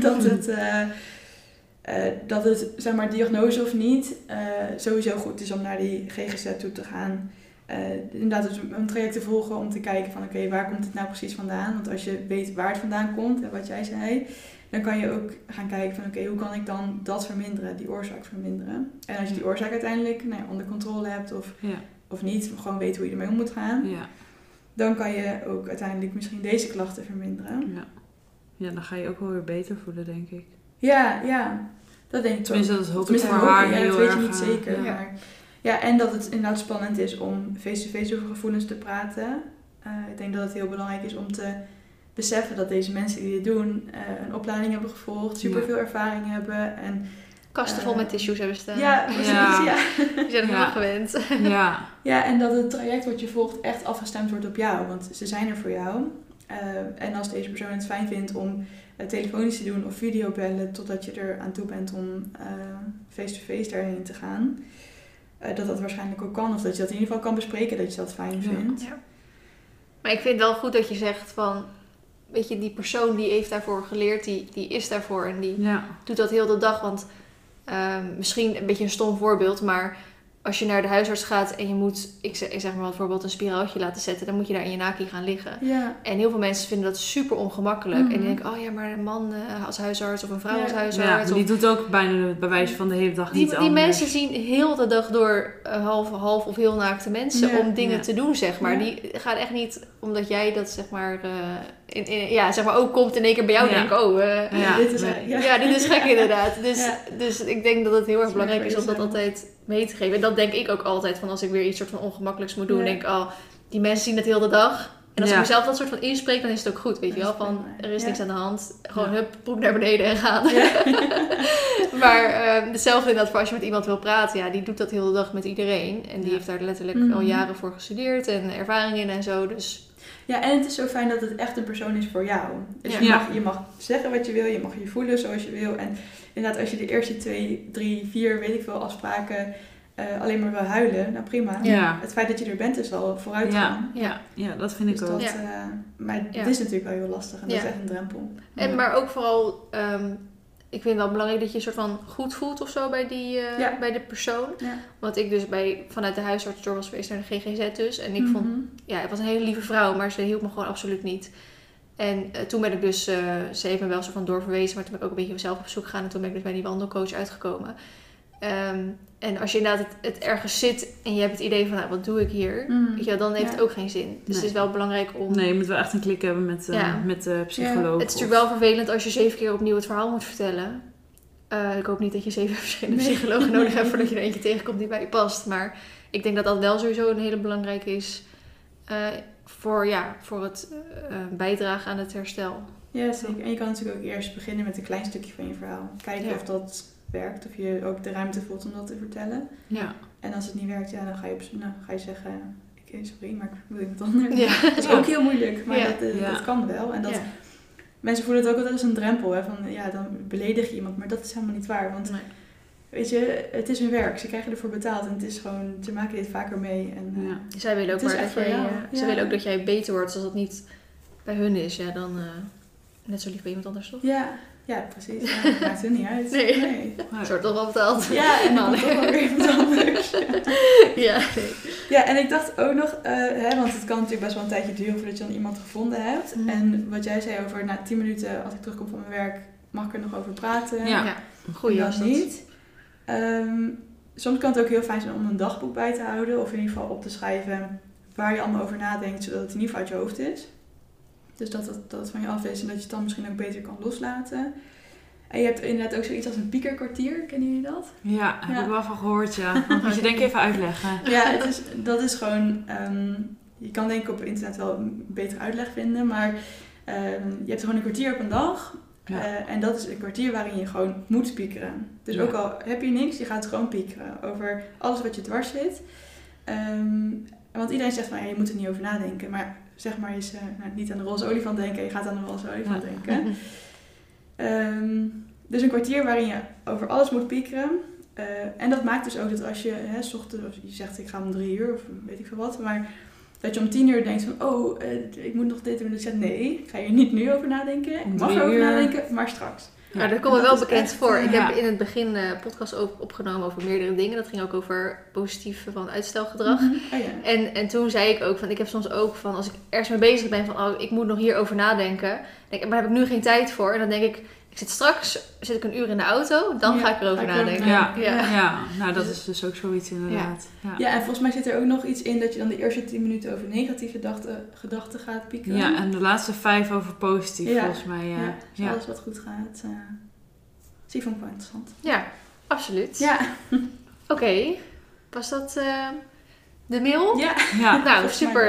[SPEAKER 3] dat het zeg maar diagnose of niet sowieso goed is om naar die GGZ toe te gaan. Inderdaad dus een traject te volgen om te kijken van oké, waar komt het nou precies vandaan? Want als je weet waar het vandaan komt en wat jij zei, dan kan je ook gaan kijken van oké, hoe kan ik dan dat verminderen, die oorzaak verminderen? En als je die oorzaak uiteindelijk onder controle hebt of niet, gewoon weet hoe je ermee om moet gaan, dan kan je ook uiteindelijk misschien deze klachten verminderen.
[SPEAKER 2] Ja, dan ga je ook wel weer beter voelen, denk ik.
[SPEAKER 3] Ja, dat denk ik.
[SPEAKER 2] Tenminste, dat hoop ik voor haar heel
[SPEAKER 3] dat weet
[SPEAKER 2] erg.
[SPEAKER 3] je niet zeker. Maar, en dat het inderdaad spannend is om face-to-face over gevoelens te praten. Ik denk dat het heel belangrijk is om te beseffen dat deze mensen die dit doen een opleiding hebben gevolgd, superveel ervaring hebben en
[SPEAKER 1] Kasten vol met tissues hebben staan.
[SPEAKER 3] Ja, precies. Ja.
[SPEAKER 1] Die zijn er helemaal gewend.
[SPEAKER 3] Ja, en dat het traject wat je volgt echt afgestemd wordt op jou. Want ze zijn er voor jou. En als deze persoon het fijn vindt om telefonisch te doen of videobellen totdat je er aan toe bent om face-to-face daarheen te gaan. Dat waarschijnlijk ook kan. Of dat je dat in ieder geval kan bespreken dat je dat fijn vindt.
[SPEAKER 1] Ja. Maar ik vind het wel goed dat je zegt van, weet je, die persoon die heeft daarvoor geleerd, die is daarvoor en die doet dat heel de dag. Want misschien een beetje een stom voorbeeld, maar als je naar de huisarts gaat en je moet, ik zeg maar bijvoorbeeld een spiraaltje laten zetten, dan moet je daar in je naki gaan liggen. Ja. En heel veel mensen vinden dat super ongemakkelijk. Mm-hmm. En die denken, oh ja, maar een man als huisarts of een vrouw als huisarts.
[SPEAKER 2] Ja, die doet ook bijna bij wijze van de hele dag niet anders.
[SPEAKER 1] Die mensen zien heel de dag door half of heel naakte mensen om dingen te doen, zeg maar. Ja. Die gaan echt niet, omdat jij dat zeg maar, zeg maar ook komt in één keer bij jou denken, dit is gek inderdaad. Dus ik denk dat het heel erg belangrijk is om dat altijd mee te geven. En dat denk ik ook altijd van als ik weer iets soort van ongemakkelijks moet doen. Denk ik, die mensen zien het heel de dag. En als ik mezelf dat soort van inspreek, dan is het ook goed, weet je wel. Van, er is niks aan de hand. Gewoon hup, broek naar beneden en gaan. Ja. Maar hetzelfde inderdaad voor als je met iemand wil praten. Ja, die doet dat heel de dag met iedereen. En die heeft daar letterlijk al jaren voor gestudeerd. En ervaring in en zo. Dus
[SPEAKER 3] ja, en het is zo fijn dat het echt een persoon is voor jou. Dus je mag zeggen wat je wil. Je mag je voelen zoals je wil. En inderdaad, als je de eerste 2, 3, 4, weet ik veel, afspraken alleen maar wil huilen, nou prima. Ja. Het feit dat je er bent is al vooruitgang.
[SPEAKER 2] Ja, dat vind ik ook.
[SPEAKER 3] Maar het is natuurlijk wel heel lastig en dat is echt een drempel.
[SPEAKER 1] En, maar ook vooral, ik vind het wel belangrijk dat je een soort van goed voelt of zo bij bij de persoon. Ja. Want ik dus vanuit de huisartszorg was geweest naar de GGZ dus. En ik vond, het was een hele lieve vrouw, maar ze hielp me gewoon absoluut niet. En toen ben ik dus, ze heeft me wel zo van doorverwezen, maar toen ben ik ook een beetje zelf op zoek gegaan. En toen ben ik dus bij die wandelcoach uitgekomen. En als je inderdaad het ergens zit en je hebt het idee van, wat doe ik hier? Weet je, dan heeft het ook geen zin. Dus het is wel belangrijk om...
[SPEAKER 2] Nee, je moet wel echt een klik hebben met de psycholoog.
[SPEAKER 1] Ja. Het is natuurlijk wel vervelend als je 7 keer opnieuw het verhaal moet vertellen. Ik hoop niet dat je 7 verschillende psychologen nodig hebt voordat je er eentje tegenkomt die bij je past. Maar ik denk dat dat wel sowieso een hele belangrijke is voor het bijdragen aan het herstel. Ja,
[SPEAKER 3] zeker. En je kan natuurlijk ook eerst beginnen met een klein stukje van je verhaal. Kijken of dat werkt, of je ook de ruimte voelt om dat te vertellen. Ja. En als het niet werkt, dan ga je zeggen, sorry, maar ik wil iemand anders. Ja. Dat is ook heel moeilijk, maar dat kan wel. En dat mensen voelen het ook altijd als een drempel, hè, van dan beledig je iemand, maar dat is helemaal niet waar, want weet je, het is hun werk, ze krijgen ervoor betaald en het is gewoon, ze maken dit vaker mee. En,
[SPEAKER 1] zij willen ook maar dat jij, ze willen ook dat jij beter wordt, als dat niet bij hun is, dan net zo lief bij iemand anders, toch?
[SPEAKER 3] Ja, precies. Ja, dat maakt er niet uit.
[SPEAKER 1] Nee. Het wordt toch wel betaald.
[SPEAKER 3] Ja, en dan toch wel weer iemand anders.
[SPEAKER 1] Ja.
[SPEAKER 3] Ja, en ik dacht ook nog, want het kan natuurlijk best wel een tijdje duren voordat je dan iemand gevonden hebt. En wat jij zei over, na 10 minuten als ik terugkom van mijn werk, mag ik er nog over praten.
[SPEAKER 1] Ja. Goeie
[SPEAKER 3] en
[SPEAKER 1] was
[SPEAKER 3] dan
[SPEAKER 1] dat.
[SPEAKER 3] niet. Soms kan het ook heel fijn zijn om een dagboek bij te houden. Of in ieder geval op te schrijven waar je allemaal over nadenkt, zodat het in ieder geval uit je hoofd is. Dus dat het van je af is en dat je het dan misschien ook beter kan loslaten. En je hebt inderdaad ook zoiets als een piekerkwartier. Kennen jullie dat?
[SPEAKER 2] Ja, heb ik wel van gehoord, ja. Dat moet je denk ik even uitleggen.
[SPEAKER 3] Ja, dat is gewoon... je kan denk ik op internet wel een betere uitleg vinden, maar je hebt gewoon een kwartier op een dag.
[SPEAKER 2] Ja.
[SPEAKER 3] En dat is een kwartier waarin je gewoon moet piekeren. Dus ook al heb je niks, je gaat gewoon piekeren over alles wat je dwars zit. Want iedereen zegt van, je moet er niet over nadenken. Maar zeg maar eens niet aan de roze olifant denken, je gaat aan de roze olifant denken. Dus een kwartier waarin je over alles moet piekeren. En dat maakt dus ook dat als je 's ochtends, je zegt ik ga om 3 uur of weet ik veel wat, maar dat je om 10 uur denkt van, ik moet nog dit doen. Dus ik zeg nee, ik ga hier niet nu over nadenken. Ik mag erover nadenken, maar straks.
[SPEAKER 1] Ja, dat komt me wel bekend voor. Ik heb in het begin een podcast opgenomen over meerdere dingen. Dat ging ook over positief van uitstelgedrag. En toen zei ik ook van, ik heb soms ook van, als ik ergens mee bezig ben van, ik moet nog hierover nadenken. Maar daar heb ik nu geen tijd voor. En dan denk ik zit ik 1 uur in de auto, dan ga ik erover nadenken.
[SPEAKER 2] Ja, nou dat is dus ook zoiets inderdaad.
[SPEAKER 3] Ja, en volgens mij zit er ook nog iets in dat je dan de eerste 10 minuten over negatieve gedachten gaat piekeren.
[SPEAKER 2] Ja, en de laatste 5 over positief volgens mij.
[SPEAKER 3] Dus alles wat goed gaat. Zie vond ik wel interessant.
[SPEAKER 1] Ja, absoluut.
[SPEAKER 3] Ja.
[SPEAKER 1] Oké, was dat de mail?
[SPEAKER 3] Ja.
[SPEAKER 1] Nou, super.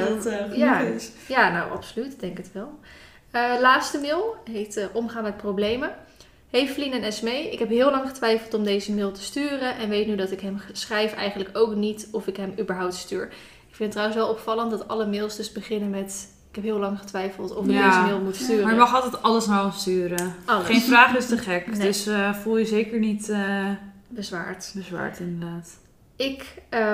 [SPEAKER 3] Is.
[SPEAKER 1] Ja, nou absoluut, ik denk het wel. Laatste mail heet Omgaan met problemen. Hey Feline en Esmee, ik heb heel lang getwijfeld om deze mail te sturen en weet nu dat ik hem schrijf eigenlijk ook niet of ik hem überhaupt stuur. Ik vind het trouwens wel opvallend dat alle mails dus beginnen met ik heb heel lang getwijfeld of ik deze mail moet sturen.
[SPEAKER 2] Maar je mag altijd alles naar ons sturen.
[SPEAKER 1] Alles.
[SPEAKER 2] Geen vraag is te gek,
[SPEAKER 1] Nee.
[SPEAKER 2] dus voel je zeker niet
[SPEAKER 1] bezwaard
[SPEAKER 2] inderdaad.
[SPEAKER 1] Ik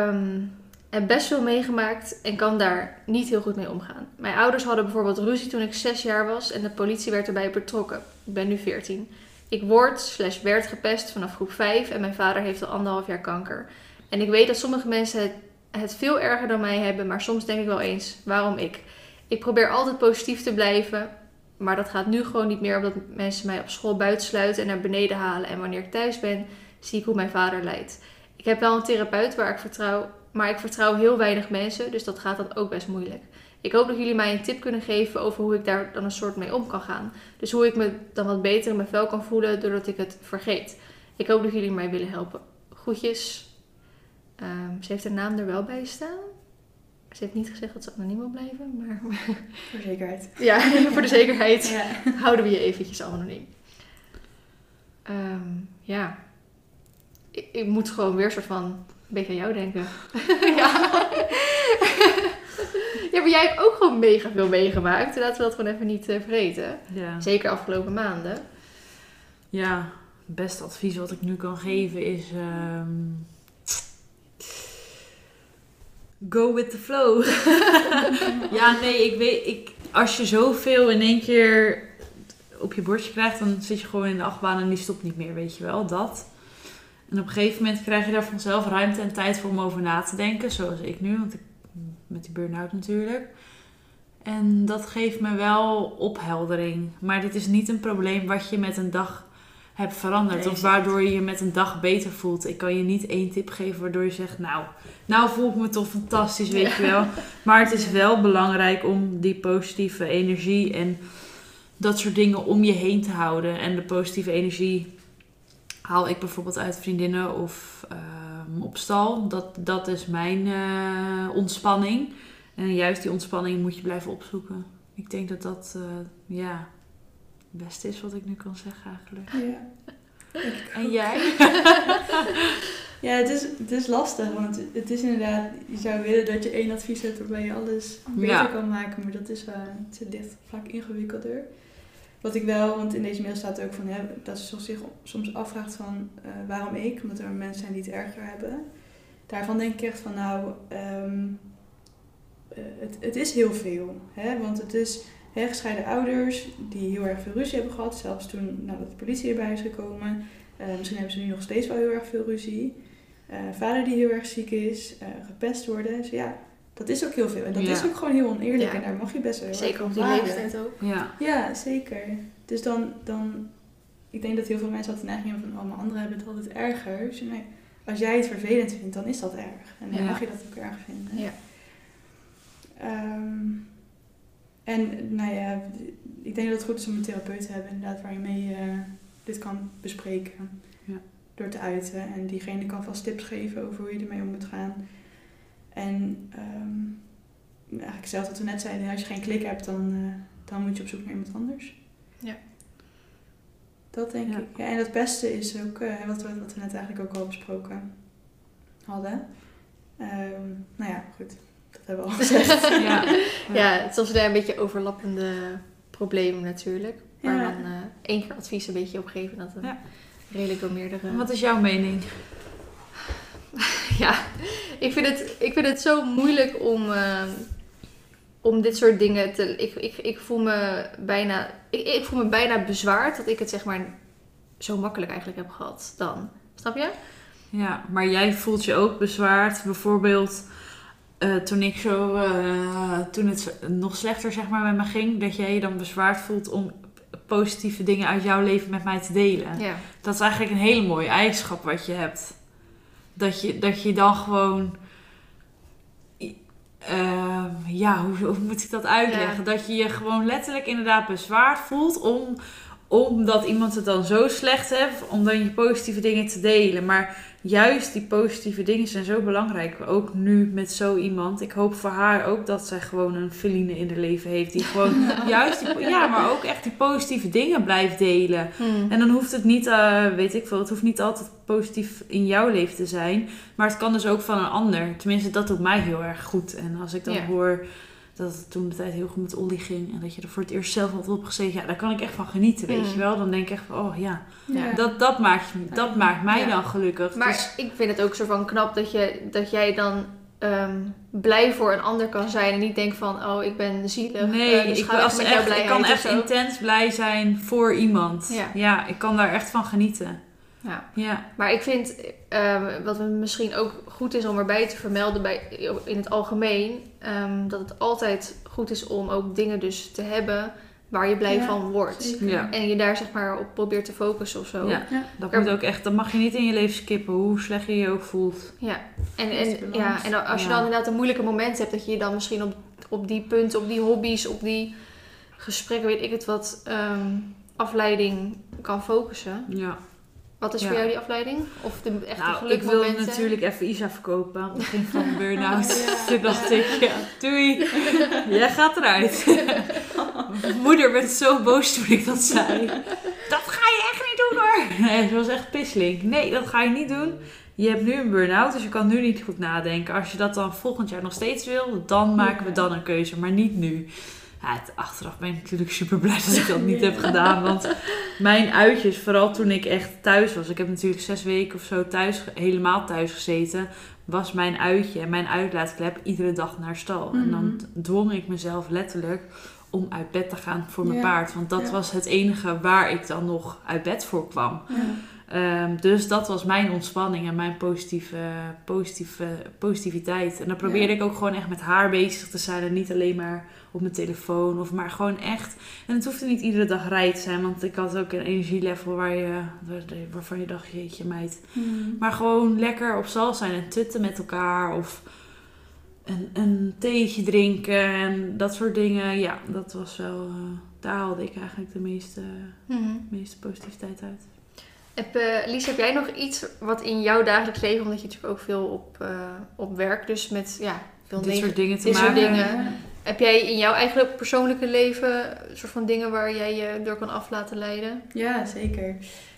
[SPEAKER 1] heb best veel meegemaakt en kan daar niet heel goed mee omgaan. Mijn ouders hadden bijvoorbeeld ruzie toen ik 6 jaar was en de politie werd erbij betrokken. Ik ben nu 14. Ik werd gepest vanaf groep 5 en mijn vader heeft al 1,5 jaar kanker. En ik weet dat sommige mensen het veel erger dan mij hebben, maar soms denk ik wel eens, waarom ik? Ik probeer altijd positief te blijven, maar dat gaat nu gewoon niet meer omdat mensen mij op school buitensluiten en naar beneden halen. En wanneer ik thuis ben, zie ik hoe mijn vader lijdt. Ik heb wel een therapeut waar ik vertrouw, maar ik vertrouw heel weinig mensen, dus dat gaat dan ook best moeilijk. Ik hoop dat jullie mij een tip kunnen geven over hoe ik daar dan een soort mee om kan gaan. Dus hoe ik me dan wat beter in mijn vel kan voelen doordat ik het vergeet. Ik hoop dat jullie mij willen helpen. Groetjes. Ze heeft haar naam er wel bij staan. Ze heeft niet gezegd dat ze anoniem wil blijven, maar...
[SPEAKER 3] Voor zekerheid.
[SPEAKER 1] Ja, voor de zekerheid houden we je eventjes anoniem. Ik moet gewoon weer soort van een beetje aan jou denken. Ja, maar jij hebt ook gewoon mega veel meegemaakt. Laten we dat gewoon even niet vergeten.
[SPEAKER 2] Ja.
[SPEAKER 1] Zeker afgelopen maanden.
[SPEAKER 2] Ja, het beste advies wat ik nu kan geven is... go with the flow. Ja, nee, als je zoveel in één keer op je bordje krijgt, dan zit je gewoon in de achtbaan en die stopt niet meer, weet je wel, dat. En op een gegeven moment krijg je daar vanzelf ruimte en tijd voor om over na te denken, zoals ik nu, want ik met die burn-out natuurlijk. En dat geeft me wel opheldering. Maar dit is niet een probleem wat je met een dag hebt veranderd. Nee, of waardoor je je met een dag beter voelt. Ik kan je niet 1 tip geven waardoor je zegt, nou voel ik me toch fantastisch, weet je wel. Maar het is wel belangrijk om die positieve energie en dat soort dingen om je heen te houden. En de positieve energie haal ik bijvoorbeeld uit vriendinnen of op stal. Dat is mijn ontspanning. En juist die ontspanning moet je blijven opzoeken. Ik denk dat dat het beste is wat ik nu kan zeggen eigenlijk.
[SPEAKER 3] Ja.
[SPEAKER 2] En jij?
[SPEAKER 3] Ja, het is lastig. Want het is inderdaad, je zou willen dat je 1 advies hebt waarbij je alles beter kan maken. Maar dat is dit vaak ingewikkelder. Wat ik wel, want in deze mail staat ook van dat ze zich soms afvraagt van waarom ik, omdat er mensen zijn die het erger hebben. Daarvan denk ik echt van het is heel veel. Hè? Want het is gescheiden ouders die heel erg veel ruzie hebben gehad. Zelfs toen nadat de politie erbij is gekomen. Misschien hebben ze nu nog steeds wel heel erg veel ruzie. Vader die heel erg ziek is. Gepest worden. Dus ja, dat is ook heel veel. En dat is ook gewoon heel oneerlijk. En daar mag je best wel heel erg
[SPEAKER 1] zeker op
[SPEAKER 3] van
[SPEAKER 1] die
[SPEAKER 3] balen.
[SPEAKER 1] leeftijd ook.
[SPEAKER 3] Ja, zeker. Dus dan... Ik denk dat heel veel mensen altijd de neiging hebben van... mijn anderen hebben het altijd erger. Dus nee, als jij het vervelend vindt, dan is dat erg. En dan mag je dat ook erg vinden.
[SPEAKER 1] Ja.
[SPEAKER 3] En nou ja, ik denk dat het goed is om een therapeut te hebben, inderdaad, waar je mee dit kan bespreken.
[SPEAKER 2] Ja.
[SPEAKER 3] Door te uiten. En diegene kan vast tips geven over hoe je ermee om moet gaan. En eigenlijk zelf wat we net zeiden, als je geen klik hebt, dan moet je op zoek naar iemand anders.
[SPEAKER 1] Ja.
[SPEAKER 3] Dat denk ik. Ja, en het beste is ook, wat we net eigenlijk ook al besproken hadden. Nou ja, goed. Dat hebben we al gezegd.
[SPEAKER 1] Ja, het was een beetje overlappende problemen natuurlijk. Maar dan 1 keer advies een beetje opgeven. Dat een redelijk door meerdere...
[SPEAKER 2] Wat is jouw mening?
[SPEAKER 1] Ja, ik vind het zo moeilijk om dit soort dingen te... Ik voel me bijna... Ik voel me bijna bezwaard dat ik het zeg maar zo makkelijk eigenlijk heb gehad dan. Snap je?
[SPEAKER 2] Ja, maar jij voelt je ook bezwaard. Bijvoorbeeld toen het nog slechter zeg maar met me ging, dat jij je dan bezwaard voelt om positieve dingen uit jouw leven met mij te delen. Ja. Dat is eigenlijk een hele mooie eigenschap wat je hebt. Dat je dan gewoon... hoe moet ik dat uitleggen? Ja. Dat je je gewoon letterlijk inderdaad bezwaard voelt omdat iemand het dan zo slecht heeft, om dan je positieve dingen te delen. Maar juist die positieve dingen zijn zo belangrijk. Ook nu met zo iemand. Ik hoop voor haar ook dat zij gewoon een Feline in haar leven heeft. Die gewoon maar ook echt die positieve dingen blijft delen. En dan hoeft het niet, het hoeft niet altijd positief in jouw leven te zijn. Maar het kan dus ook van een ander. Tenminste, dat doet mij heel erg goed. En als ik dan hoor dat het toen de tijd heel goed met Ollie ging. En dat je er voor het eerst zelf had opgezeten. Ja, daar kan ik echt van genieten, weet je wel. Dan denk ik echt van, dat maakt mij dan gelukkig.
[SPEAKER 1] Maar dus ik vind het ook zo van knap dat jij dan blij voor een ander kan zijn. En niet denkt van, ik ben zielig.
[SPEAKER 2] Nee,
[SPEAKER 1] dus
[SPEAKER 2] ik kan echt intens blij zijn voor iemand. Ja, ik kan daar echt van genieten.
[SPEAKER 1] Ja. Maar ik vind, wat misschien ook goed is om erbij te vermelden in het algemeen, dat het altijd goed is om ook dingen dus te hebben waar je blij van wordt.
[SPEAKER 2] Ja.
[SPEAKER 1] En je daar zeg maar op probeert te focussen of zo.
[SPEAKER 2] Ja. Dat moet ook echt, dat mag je niet in je leven skippen, hoe slecht je je ook voelt.
[SPEAKER 1] Ja, en als je dan inderdaad een moeilijke moment hebt, dat je dan misschien op die punten, op die hobby's, op die gesprekken, weet ik het wat, afleiding kan focussen. Ja. Wat is voor jou die afleiding? Of de echte gelukmomenten?
[SPEAKER 2] Ik wil natuurlijk even Isa verkopen aan het begin van mijn burn-out. Toen dacht ik, doei, jij gaat eruit. Mijn moeder werd zo boos toen ik dat zei. Dat ga je echt niet doen hoor. Nee, ze was echt pisseling. Nee, dat ga je niet doen. Je hebt nu een burn-out, dus je kan nu niet goed nadenken. Als je dat dan volgend jaar nog steeds wil, dan maken we dan een keuze. Maar niet nu. Ja, achteraf ben ik natuurlijk super blij dat ik dat niet heb gedaan. Want mijn uitjes, vooral toen ik echt thuis was. Ik heb natuurlijk 6 weken of zo helemaal thuis gezeten. Was mijn uitje en mijn uitlaatklep iedere dag naar stal. En dan dwong ik mezelf letterlijk om uit bed te gaan voor mijn paard. Want dat was het enige waar ik dan nog uit bed voor kwam. Dus dat was mijn ontspanning en mijn positiviteit. En dan probeerde ik ook gewoon echt met haar bezig te zijn. En niet alleen maar op mijn telefoon. Maar gewoon echt. En het hoefde niet iedere dag rij te zijn. Want ik had ook een energielevel waarvan je dacht, jeetje meid. Maar gewoon lekker op stal zijn en tutten met elkaar. Of een theetje drinken en dat soort dingen. Ja, dat was wel... daar haalde ik eigenlijk de meeste positiviteit uit.
[SPEAKER 1] Lies, heb jij nog iets wat in jouw dagelijks leven, omdat je natuurlijk ook veel op werk, dus met veel
[SPEAKER 2] dit soort dingen te maken.
[SPEAKER 1] Ja. Heb jij in jouw eigen persoonlijke leven een soort van dingen waar jij je door kan af laten leiden?
[SPEAKER 3] Ja, zeker.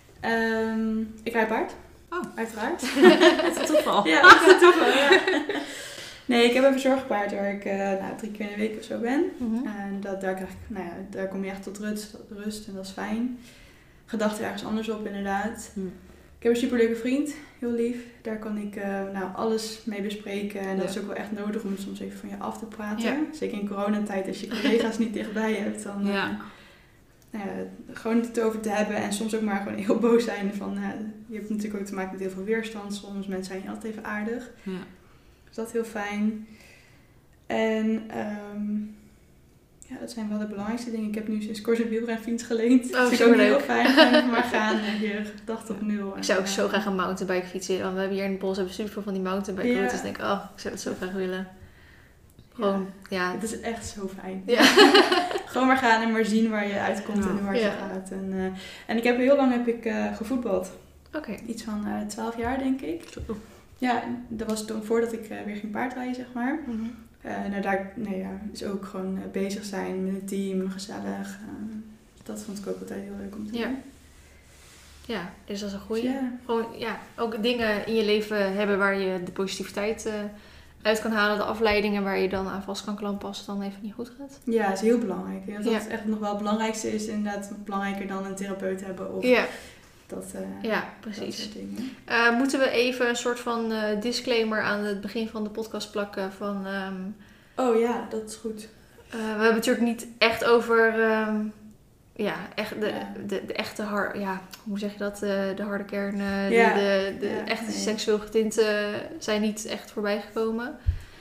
[SPEAKER 3] Ik rijd paard.
[SPEAKER 2] Oh,
[SPEAKER 3] uiteraard.
[SPEAKER 2] Het is toeval.
[SPEAKER 3] Ja, het is toeval. Ja. Nee, ik heb een verzorgpaard waar ik 3 keer in de week of zo ben. En daar kom je echt tot rust en dat is fijn. Gedachten ergens anders op, inderdaad. Ik heb een superleuke vriend, heel lief. Daar kan ik alles mee bespreken. En dat is ook wel echt nodig om soms even van je af te praten.
[SPEAKER 1] Ja.
[SPEAKER 3] Zeker in coronatijd, als je collega's niet dichtbij hebt, dan gewoon het over te hebben. En soms ook maar gewoon heel boos zijn. Je hebt natuurlijk ook te maken met heel veel weerstand. Soms mensen zijn niet altijd even aardig.
[SPEAKER 2] Ja.
[SPEAKER 3] Dus dat is heel fijn. En dat zijn wel de belangrijkste dingen. Ik heb nu sinds kort een wielrenfiets geleend. Dat is ook heel fijn. Maar gaan je gedachten op nul.
[SPEAKER 1] Ik zou ook zo graag een mountainbike fietsen. Want we hebben hier in het bos super veel van die mountainbike routes. Dus denk ik, ik zou dat zo graag willen. Gewoon,
[SPEAKER 3] Het is echt zo fijn.
[SPEAKER 1] Ja.
[SPEAKER 3] Gewoon maar gaan en maar zien waar je uitkomt en hoe hard je gaat. En ik heb heel lang gevoetbald.
[SPEAKER 1] Oké.
[SPEAKER 3] Iets van 12 jaar, denk ik. Ja, dat was toen voordat ik weer ging paardrijden, zeg maar.
[SPEAKER 1] Mm-hmm.
[SPEAKER 3] Dus ook gewoon bezig zijn met het team, gezellig. Dat vond ik ook altijd heel leuk om te doen.
[SPEAKER 1] Ja, dus dat is een goeie.
[SPEAKER 3] Ja.
[SPEAKER 1] Gewoon, ook dingen in je leven hebben waar je de positiviteit uit kan halen. De afleidingen waar je dan aan vast kan klampen als het dan even niet goed gaat.
[SPEAKER 3] Ja, dat is heel belangrijk. Ik denk dat echt nog wel het belangrijkste is. Inderdaad, belangrijker dan een therapeut hebben. Of
[SPEAKER 1] precies.
[SPEAKER 3] Dat soort dingen.
[SPEAKER 1] Moeten we even een soort van disclaimer aan het begin van de podcast plakken van...
[SPEAKER 3] dat is goed.
[SPEAKER 1] we hebben het natuurlijk niet echt over... de echte hoe zeg je dat? De harde kern, de echte seksueel getinten zijn niet echt voorbij gekomen.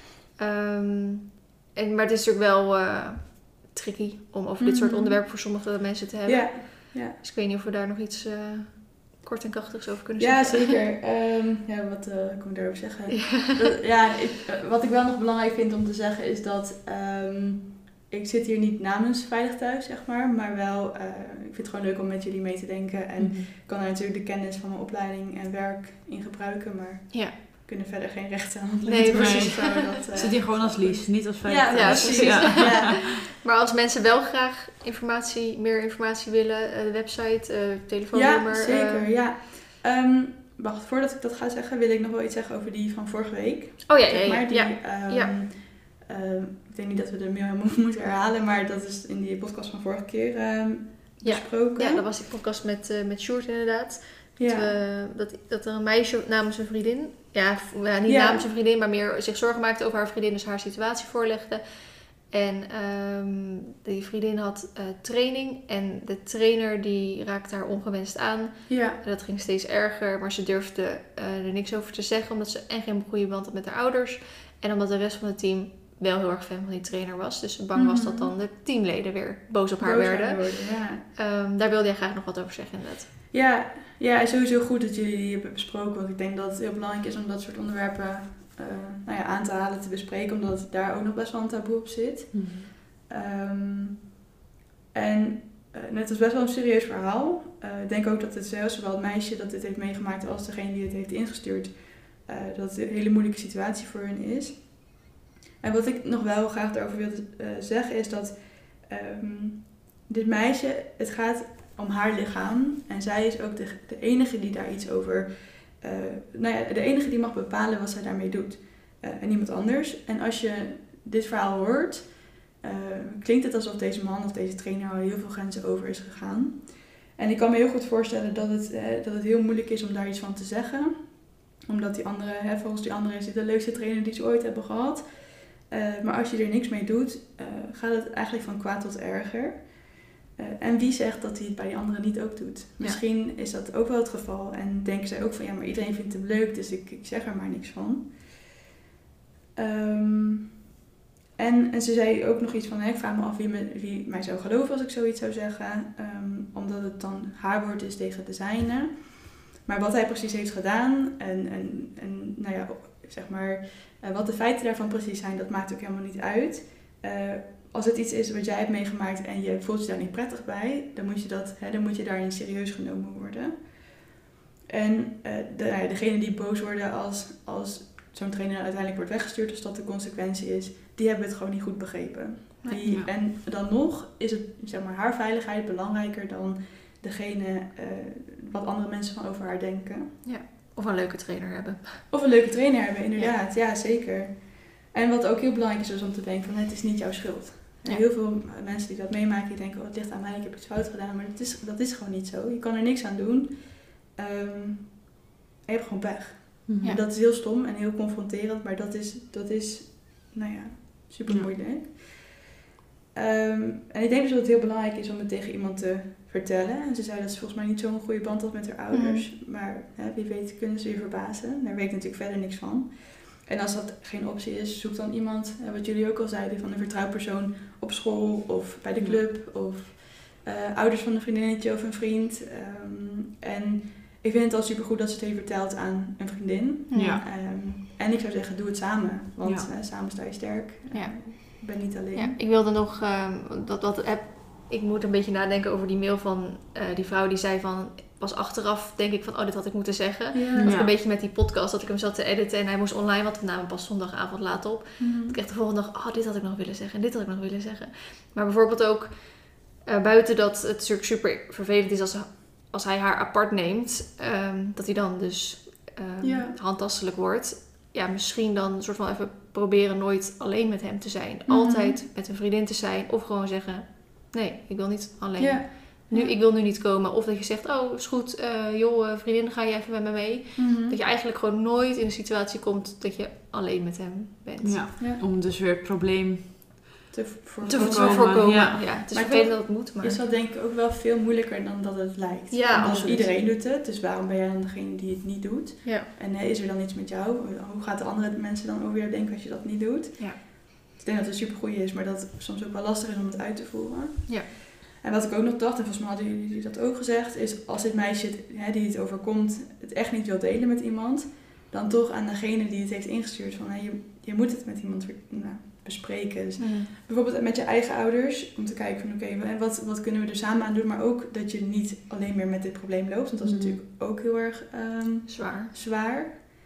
[SPEAKER 1] Maar het is natuurlijk wel tricky om over dit soort onderwerpen voor sommige mensen te hebben.
[SPEAKER 3] Ja.
[SPEAKER 1] Dus ik weet niet of we daar nog iets kort en krachtigs over kunnen zeggen.
[SPEAKER 3] Ja, zeker. Wat kan ik daarover zeggen? Wat ik wel nog belangrijk vind om te zeggen is dat... ik zit hier niet namens Veilig Thuis, zeg maar wel, ik vind het gewoon leuk om met jullie mee te denken. En ik kan daar natuurlijk de kennis van mijn opleiding en werk in gebruiken, maar we kunnen verder geen rechten aan.
[SPEAKER 2] Nee, precies. Zit hier gewoon als Lies, niet als Veilig Thuis.
[SPEAKER 1] Precies. Ja. Maar als mensen wel graag meer informatie willen, de website, telefoonnummer.
[SPEAKER 3] Ja, zeker, wacht, voordat ik dat ga zeggen, wil ik nog wel iets zeggen over die van vorige week. Ik denk niet dat we er meer moeten herhalen, maar dat is in die podcast van vorige keer besproken.
[SPEAKER 1] Ja, dat was die podcast met Sjoerd inderdaad. Dat er een meisje namens een vriendin, namens een vriendin, maar meer zich zorgen maakte over haar vriendin, dus haar situatie voorlegde. En die vriendin had training en de trainer die raakte haar ongewenst aan. Ja. En dat ging steeds erger, maar ze durfde er niks over te zeggen, omdat ze geen goede band had met haar ouders. En omdat de rest van het team wel heel erg fan van die trainer was. Dus ze bang was dat dan de teamleden weer boos op haar werden. Daar wilde jij graag nog wat over zeggen inderdaad.
[SPEAKER 3] Ja, sowieso goed dat jullie die hebben besproken. Want ik denk dat het heel belangrijk is om dat soort onderwerpen aan te halen, te bespreken. Omdat daar ook nog best wel een taboe op zit. Het was best wel een serieus verhaal. Ik denk ook dat zowel het meisje dat dit heeft meegemaakt als degene die het heeft ingestuurd, dat het een hele moeilijke situatie voor hun is. En wat ik nog wel graag daarover wil zeggen is dat dit meisje, het gaat om haar lichaam. En zij is ook de enige die daar iets over... de enige die mag bepalen wat zij daarmee doet. En niemand anders. En als je dit verhaal hoort, klinkt het alsof deze man of deze trainer al heel veel grenzen over is gegaan. En ik kan me heel goed voorstellen dat het heel moeilijk is om daar iets van te zeggen. Omdat die andere, volgens die andere is het de leukste trainer die ze ooit hebben gehad. Maar als je er niks mee doet, gaat het eigenlijk van kwaad tot erger. En wie zegt dat hij het bij die anderen niet ook doet? Misschien is dat ook wel het geval. En denken zij ook van, maar iedereen vindt hem leuk, dus ik zeg er maar niks van. En ze zei ook nog iets van, ik vraag me af wie mij zou geloven als ik zoiets zou zeggen. Omdat het dan haar woord is tegen de zijne. Maar wat hij precies heeft gedaan wat de feiten daarvan precies zijn, dat maakt ook helemaal niet uit. Als het iets is wat jij hebt meegemaakt en je voelt je daar niet prettig bij, dan moet je daarin serieus genomen worden. En degene die boos worden als zo'n trainer uiteindelijk wordt weggestuurd, als dat de consequentie is, die hebben het gewoon niet goed begrepen. En dan nog is het haar veiligheid belangrijker dan degene wat andere mensen over haar denken.
[SPEAKER 1] Ja. Of een leuke trainer hebben.
[SPEAKER 3] Of een leuke trainer hebben, inderdaad. Ja, zeker. En wat ook heel belangrijk is om te denken, van het is niet jouw schuld. En heel veel mensen die dat meemaken, die denken, het ligt aan mij, ik heb iets fout gedaan. Maar dat is gewoon niet zo. Je kan er niks aan doen. je hebt gewoon pech.
[SPEAKER 2] Mhm.
[SPEAKER 1] Ja.
[SPEAKER 3] En dat is heel stom en heel confronterend, maar dat is nou ja, super moeilijk. En ik denk dus dat het heel belangrijk is om het tegen iemand te vertellen. En ze zei dat ze volgens mij niet zo'n goede band had met haar ouders. Maar wie weet kunnen ze je verbazen. Daar weet ik natuurlijk verder niks van. En als dat geen optie is, zoek dan iemand, wat jullie ook al zeiden, van een vertrouwpersoon op school of bij de club. Of ouders van een vriendinnetje of een vriend. En ik vind het al supergoed dat ze het heeft verteld aan een vriendin.
[SPEAKER 2] Ja.
[SPEAKER 3] En ik zou zeggen, doe het samen. Want samen sta je sterk.
[SPEAKER 1] Ja.
[SPEAKER 3] Ik ben niet alleen.
[SPEAKER 1] Ja, ik wilde nog ik moet een beetje nadenken over die mail van die vrouw die zei van, pas achteraf denk ik van, dit had ik moeten zeggen.
[SPEAKER 3] Ja.
[SPEAKER 1] Dat ik een beetje met die podcast, dat ik hem zat te editen en hij moest online, want we namen pas zondagavond laat op. Dat ik echt de volgende dag, dit had ik nog willen zeggen en dit had ik nog willen zeggen. Maar bijvoorbeeld ook buiten dat het natuurlijk super vervelend is als hij haar apart neemt, dat hij dan dus handtastelijk wordt. Ja, misschien dan een soort van even proberen nooit alleen met hem te zijn. Altijd met een vriendin te zijn. Of gewoon zeggen, nee, ik wil niet alleen.
[SPEAKER 3] Ja.
[SPEAKER 1] Ik wil nu niet komen. Of dat je zegt, is goed, vriendin, ga je even met me mee. Dat je eigenlijk gewoon nooit in een situatie komt dat je alleen met hem bent.
[SPEAKER 2] Ja. Om dus weer het probleem
[SPEAKER 1] te voorkomen. Ja, het is
[SPEAKER 3] maar
[SPEAKER 1] vervelend dat het moet. Maar
[SPEAKER 3] is dat denk ik ook wel veel moeilijker dan dat het lijkt.
[SPEAKER 1] Ja,
[SPEAKER 3] want iedereen doet het, dus waarom ben jij dan degene die het niet doet?
[SPEAKER 1] Ja.
[SPEAKER 3] En is er dan iets met jou? Hoe gaat de andere mensen dan over jou denken als je dat niet doet?
[SPEAKER 1] Ja.
[SPEAKER 3] Ik denk dat het supergoed is, maar dat het soms ook wel lastig is om het uit te voeren.
[SPEAKER 1] Ja.
[SPEAKER 3] En wat ik ook nog dacht, en volgens mij hadden jullie dat ook gezegd, is als dit meisje die het overkomt, het echt niet wil delen met iemand, dan toch aan degene die het heeft ingestuurd van je moet het met iemand bespreken. Dus bijvoorbeeld met je eigen ouders, om te kijken van oké, wat kunnen we er samen aan doen, maar ook dat je niet alleen meer met dit probleem loopt, want dat is natuurlijk ook heel erg zwaar.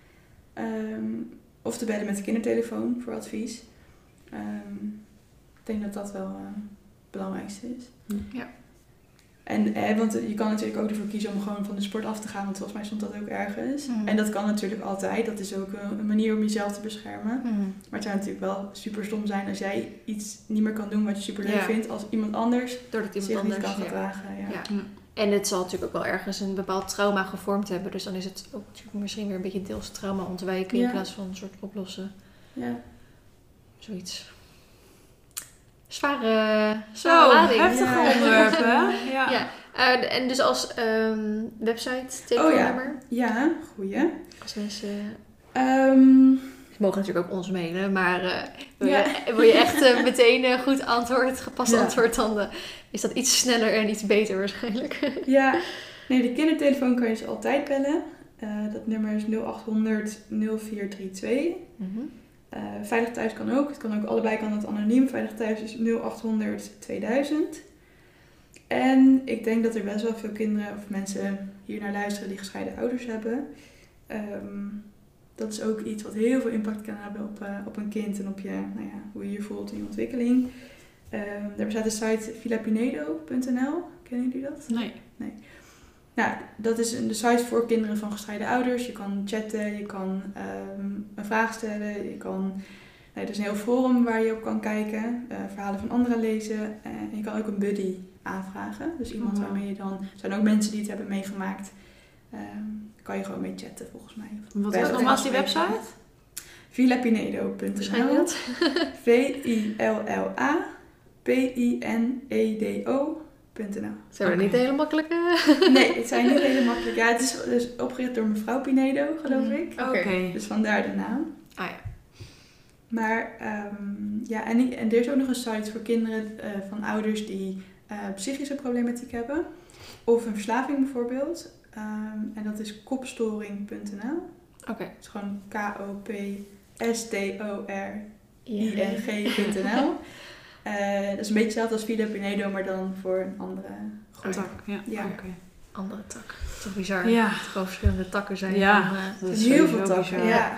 [SPEAKER 3] Of te bellen met de kindertelefoon voor advies. Ik denk dat dat wel het belangrijkste is.
[SPEAKER 1] Ja.
[SPEAKER 3] En want je kan natuurlijk ook ervoor kiezen om gewoon van de sport af te gaan, want volgens mij stond dat ook ergens. En dat kan natuurlijk altijd. Dat is ook een manier om jezelf te beschermen. Maar het zou natuurlijk wel super stom zijn als jij iets niet meer kan doen wat je super leuk vindt, als iemand anders
[SPEAKER 1] doordat iemand
[SPEAKER 3] zich
[SPEAKER 1] anders
[SPEAKER 3] niet kan gedragen. Ja.
[SPEAKER 1] En het zal natuurlijk ook wel ergens een bepaald trauma gevormd hebben. Dus dan is het ook natuurlijk misschien weer een beetje deels trauma ontwijken in plaats van een soort oplossen.
[SPEAKER 3] Ja.
[SPEAKER 1] Zoiets. Zware lading.
[SPEAKER 2] Heftige onderwerpen.
[SPEAKER 1] Ja. En dus als website, telefoonnummer?
[SPEAKER 3] Ja, goeie.
[SPEAKER 1] Als mensen...
[SPEAKER 3] Ze
[SPEAKER 1] mogen natuurlijk ook ons mailen, maar wil je echt meteen goed antwoord, gepast antwoord, dan is dat iets sneller en iets beter waarschijnlijk.
[SPEAKER 3] Ja, nee, de kindertelefoon kan je dus altijd bellen. Dat nummer is 0800 0432. Veilig Thuis kan ook. Het kan ook allebei anoniem. Veilig Thuis is 0800 2000. En ik denk dat er best wel veel kinderen of mensen hier naar luisteren die gescheiden ouders hebben. Dat is ook iets wat heel veel impact kan hebben op een kind en op hoe je je voelt in je ontwikkeling. Er bestaat de site villapinedo.nl. Kennen jullie dat?
[SPEAKER 2] Nee.
[SPEAKER 3] Nou, dat is de site voor kinderen van gescheiden ouders. Je kan chatten, je kan een vraag stellen, je kan... er is een heel forum waar je op kan kijken, verhalen van anderen lezen. En je kan ook een buddy aanvragen. Dus iemand waarmee je dan... Er zijn ook mensen die het hebben meegemaakt. Kan je gewoon mee chatten, volgens mij.
[SPEAKER 2] Wat is nogmaals die website?
[SPEAKER 3] villapinedo.nl.
[SPEAKER 1] Schrijf je dat?
[SPEAKER 3] VILLAPINEDO.nl.
[SPEAKER 1] Zijn we niet hele makkelijke?
[SPEAKER 3] Nee, het zijn niet hele makkelijk. Ja, het is dus opgericht door mevrouw Pinedo, geloof ik.
[SPEAKER 1] Oké.
[SPEAKER 3] Dus vandaar de naam.
[SPEAKER 1] Ah ja.
[SPEAKER 3] Maar en er is ook nog een site voor kinderen van ouders die psychische problematiek hebben. Of een verslaving bijvoorbeeld. En dat is kopstoring.nl.
[SPEAKER 1] Oké.
[SPEAKER 3] Het is gewoon KOPSTORING.nl. Dat is een beetje hetzelfde als Villa Pinedo, maar dan voor een andere groep.
[SPEAKER 2] Tak, ja. Okay.
[SPEAKER 1] Andere tak. Toch bizar.
[SPEAKER 2] Ja.
[SPEAKER 1] Dat er gewoon verschillende takken zijn.
[SPEAKER 2] Ja,
[SPEAKER 3] dat is heel veel takken. Ja.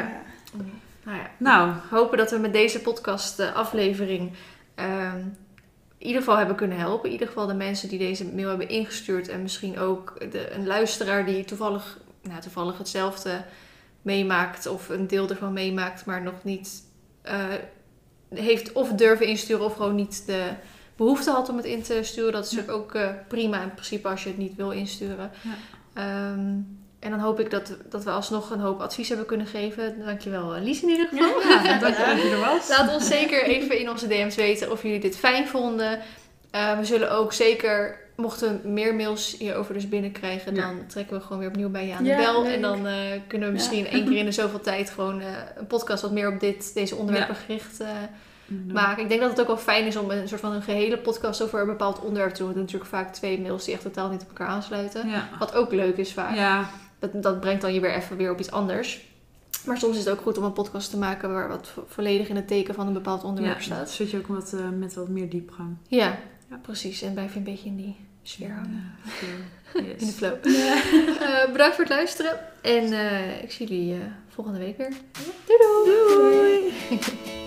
[SPEAKER 1] Nou, hopen dat we met deze podcast aflevering in ieder geval hebben kunnen helpen. In ieder geval de mensen die deze mail hebben ingestuurd. En misschien ook een luisteraar die toevallig hetzelfde meemaakt. Of een deel ervan meemaakt, maar nog niet heeft of durven insturen of gewoon niet de behoefte had om het in te sturen. Dat is natuurlijk ook prima in principe als je het niet wil insturen.
[SPEAKER 2] Ja.
[SPEAKER 1] En dan hoop ik dat we alsnog een hoop advies hebben kunnen geven. Dankjewel Lies in ieder geval.
[SPEAKER 2] Ja, dank je dat je er was.
[SPEAKER 1] Laat ons zeker even in onze DM's weten of jullie dit fijn vonden. We zullen ook zeker, mochten we meer mails hierover dus binnenkrijgen, dan trekken we gewoon weer opnieuw bij je aan de bel.
[SPEAKER 3] Leuk.
[SPEAKER 1] En dan kunnen we misschien 1 keer in de zoveel tijd gewoon een podcast wat meer op deze onderwerpen gericht maken. Ik denk dat het ook wel fijn is om een soort van een gehele podcast over een bepaald onderwerp te doen. We doen natuurlijk vaak 2 mails die echt totaal niet op elkaar aansluiten.
[SPEAKER 2] Ja.
[SPEAKER 1] Wat ook leuk is vaak.
[SPEAKER 2] Ja.
[SPEAKER 1] Dat brengt dan je weer op iets anders. Maar soms is het ook goed om een podcast te maken waar wat volledig in het teken van een bepaald onderwerp
[SPEAKER 2] Dan
[SPEAKER 1] staat.
[SPEAKER 2] zit je ook met wat meer diepgang.
[SPEAKER 1] Ja, precies. En blijf je een beetje in die sfeer hangen.
[SPEAKER 2] Yes.
[SPEAKER 1] In de flow. Bedankt voor het luisteren. En ik zie jullie volgende week weer. Doei doei!
[SPEAKER 2] Doei!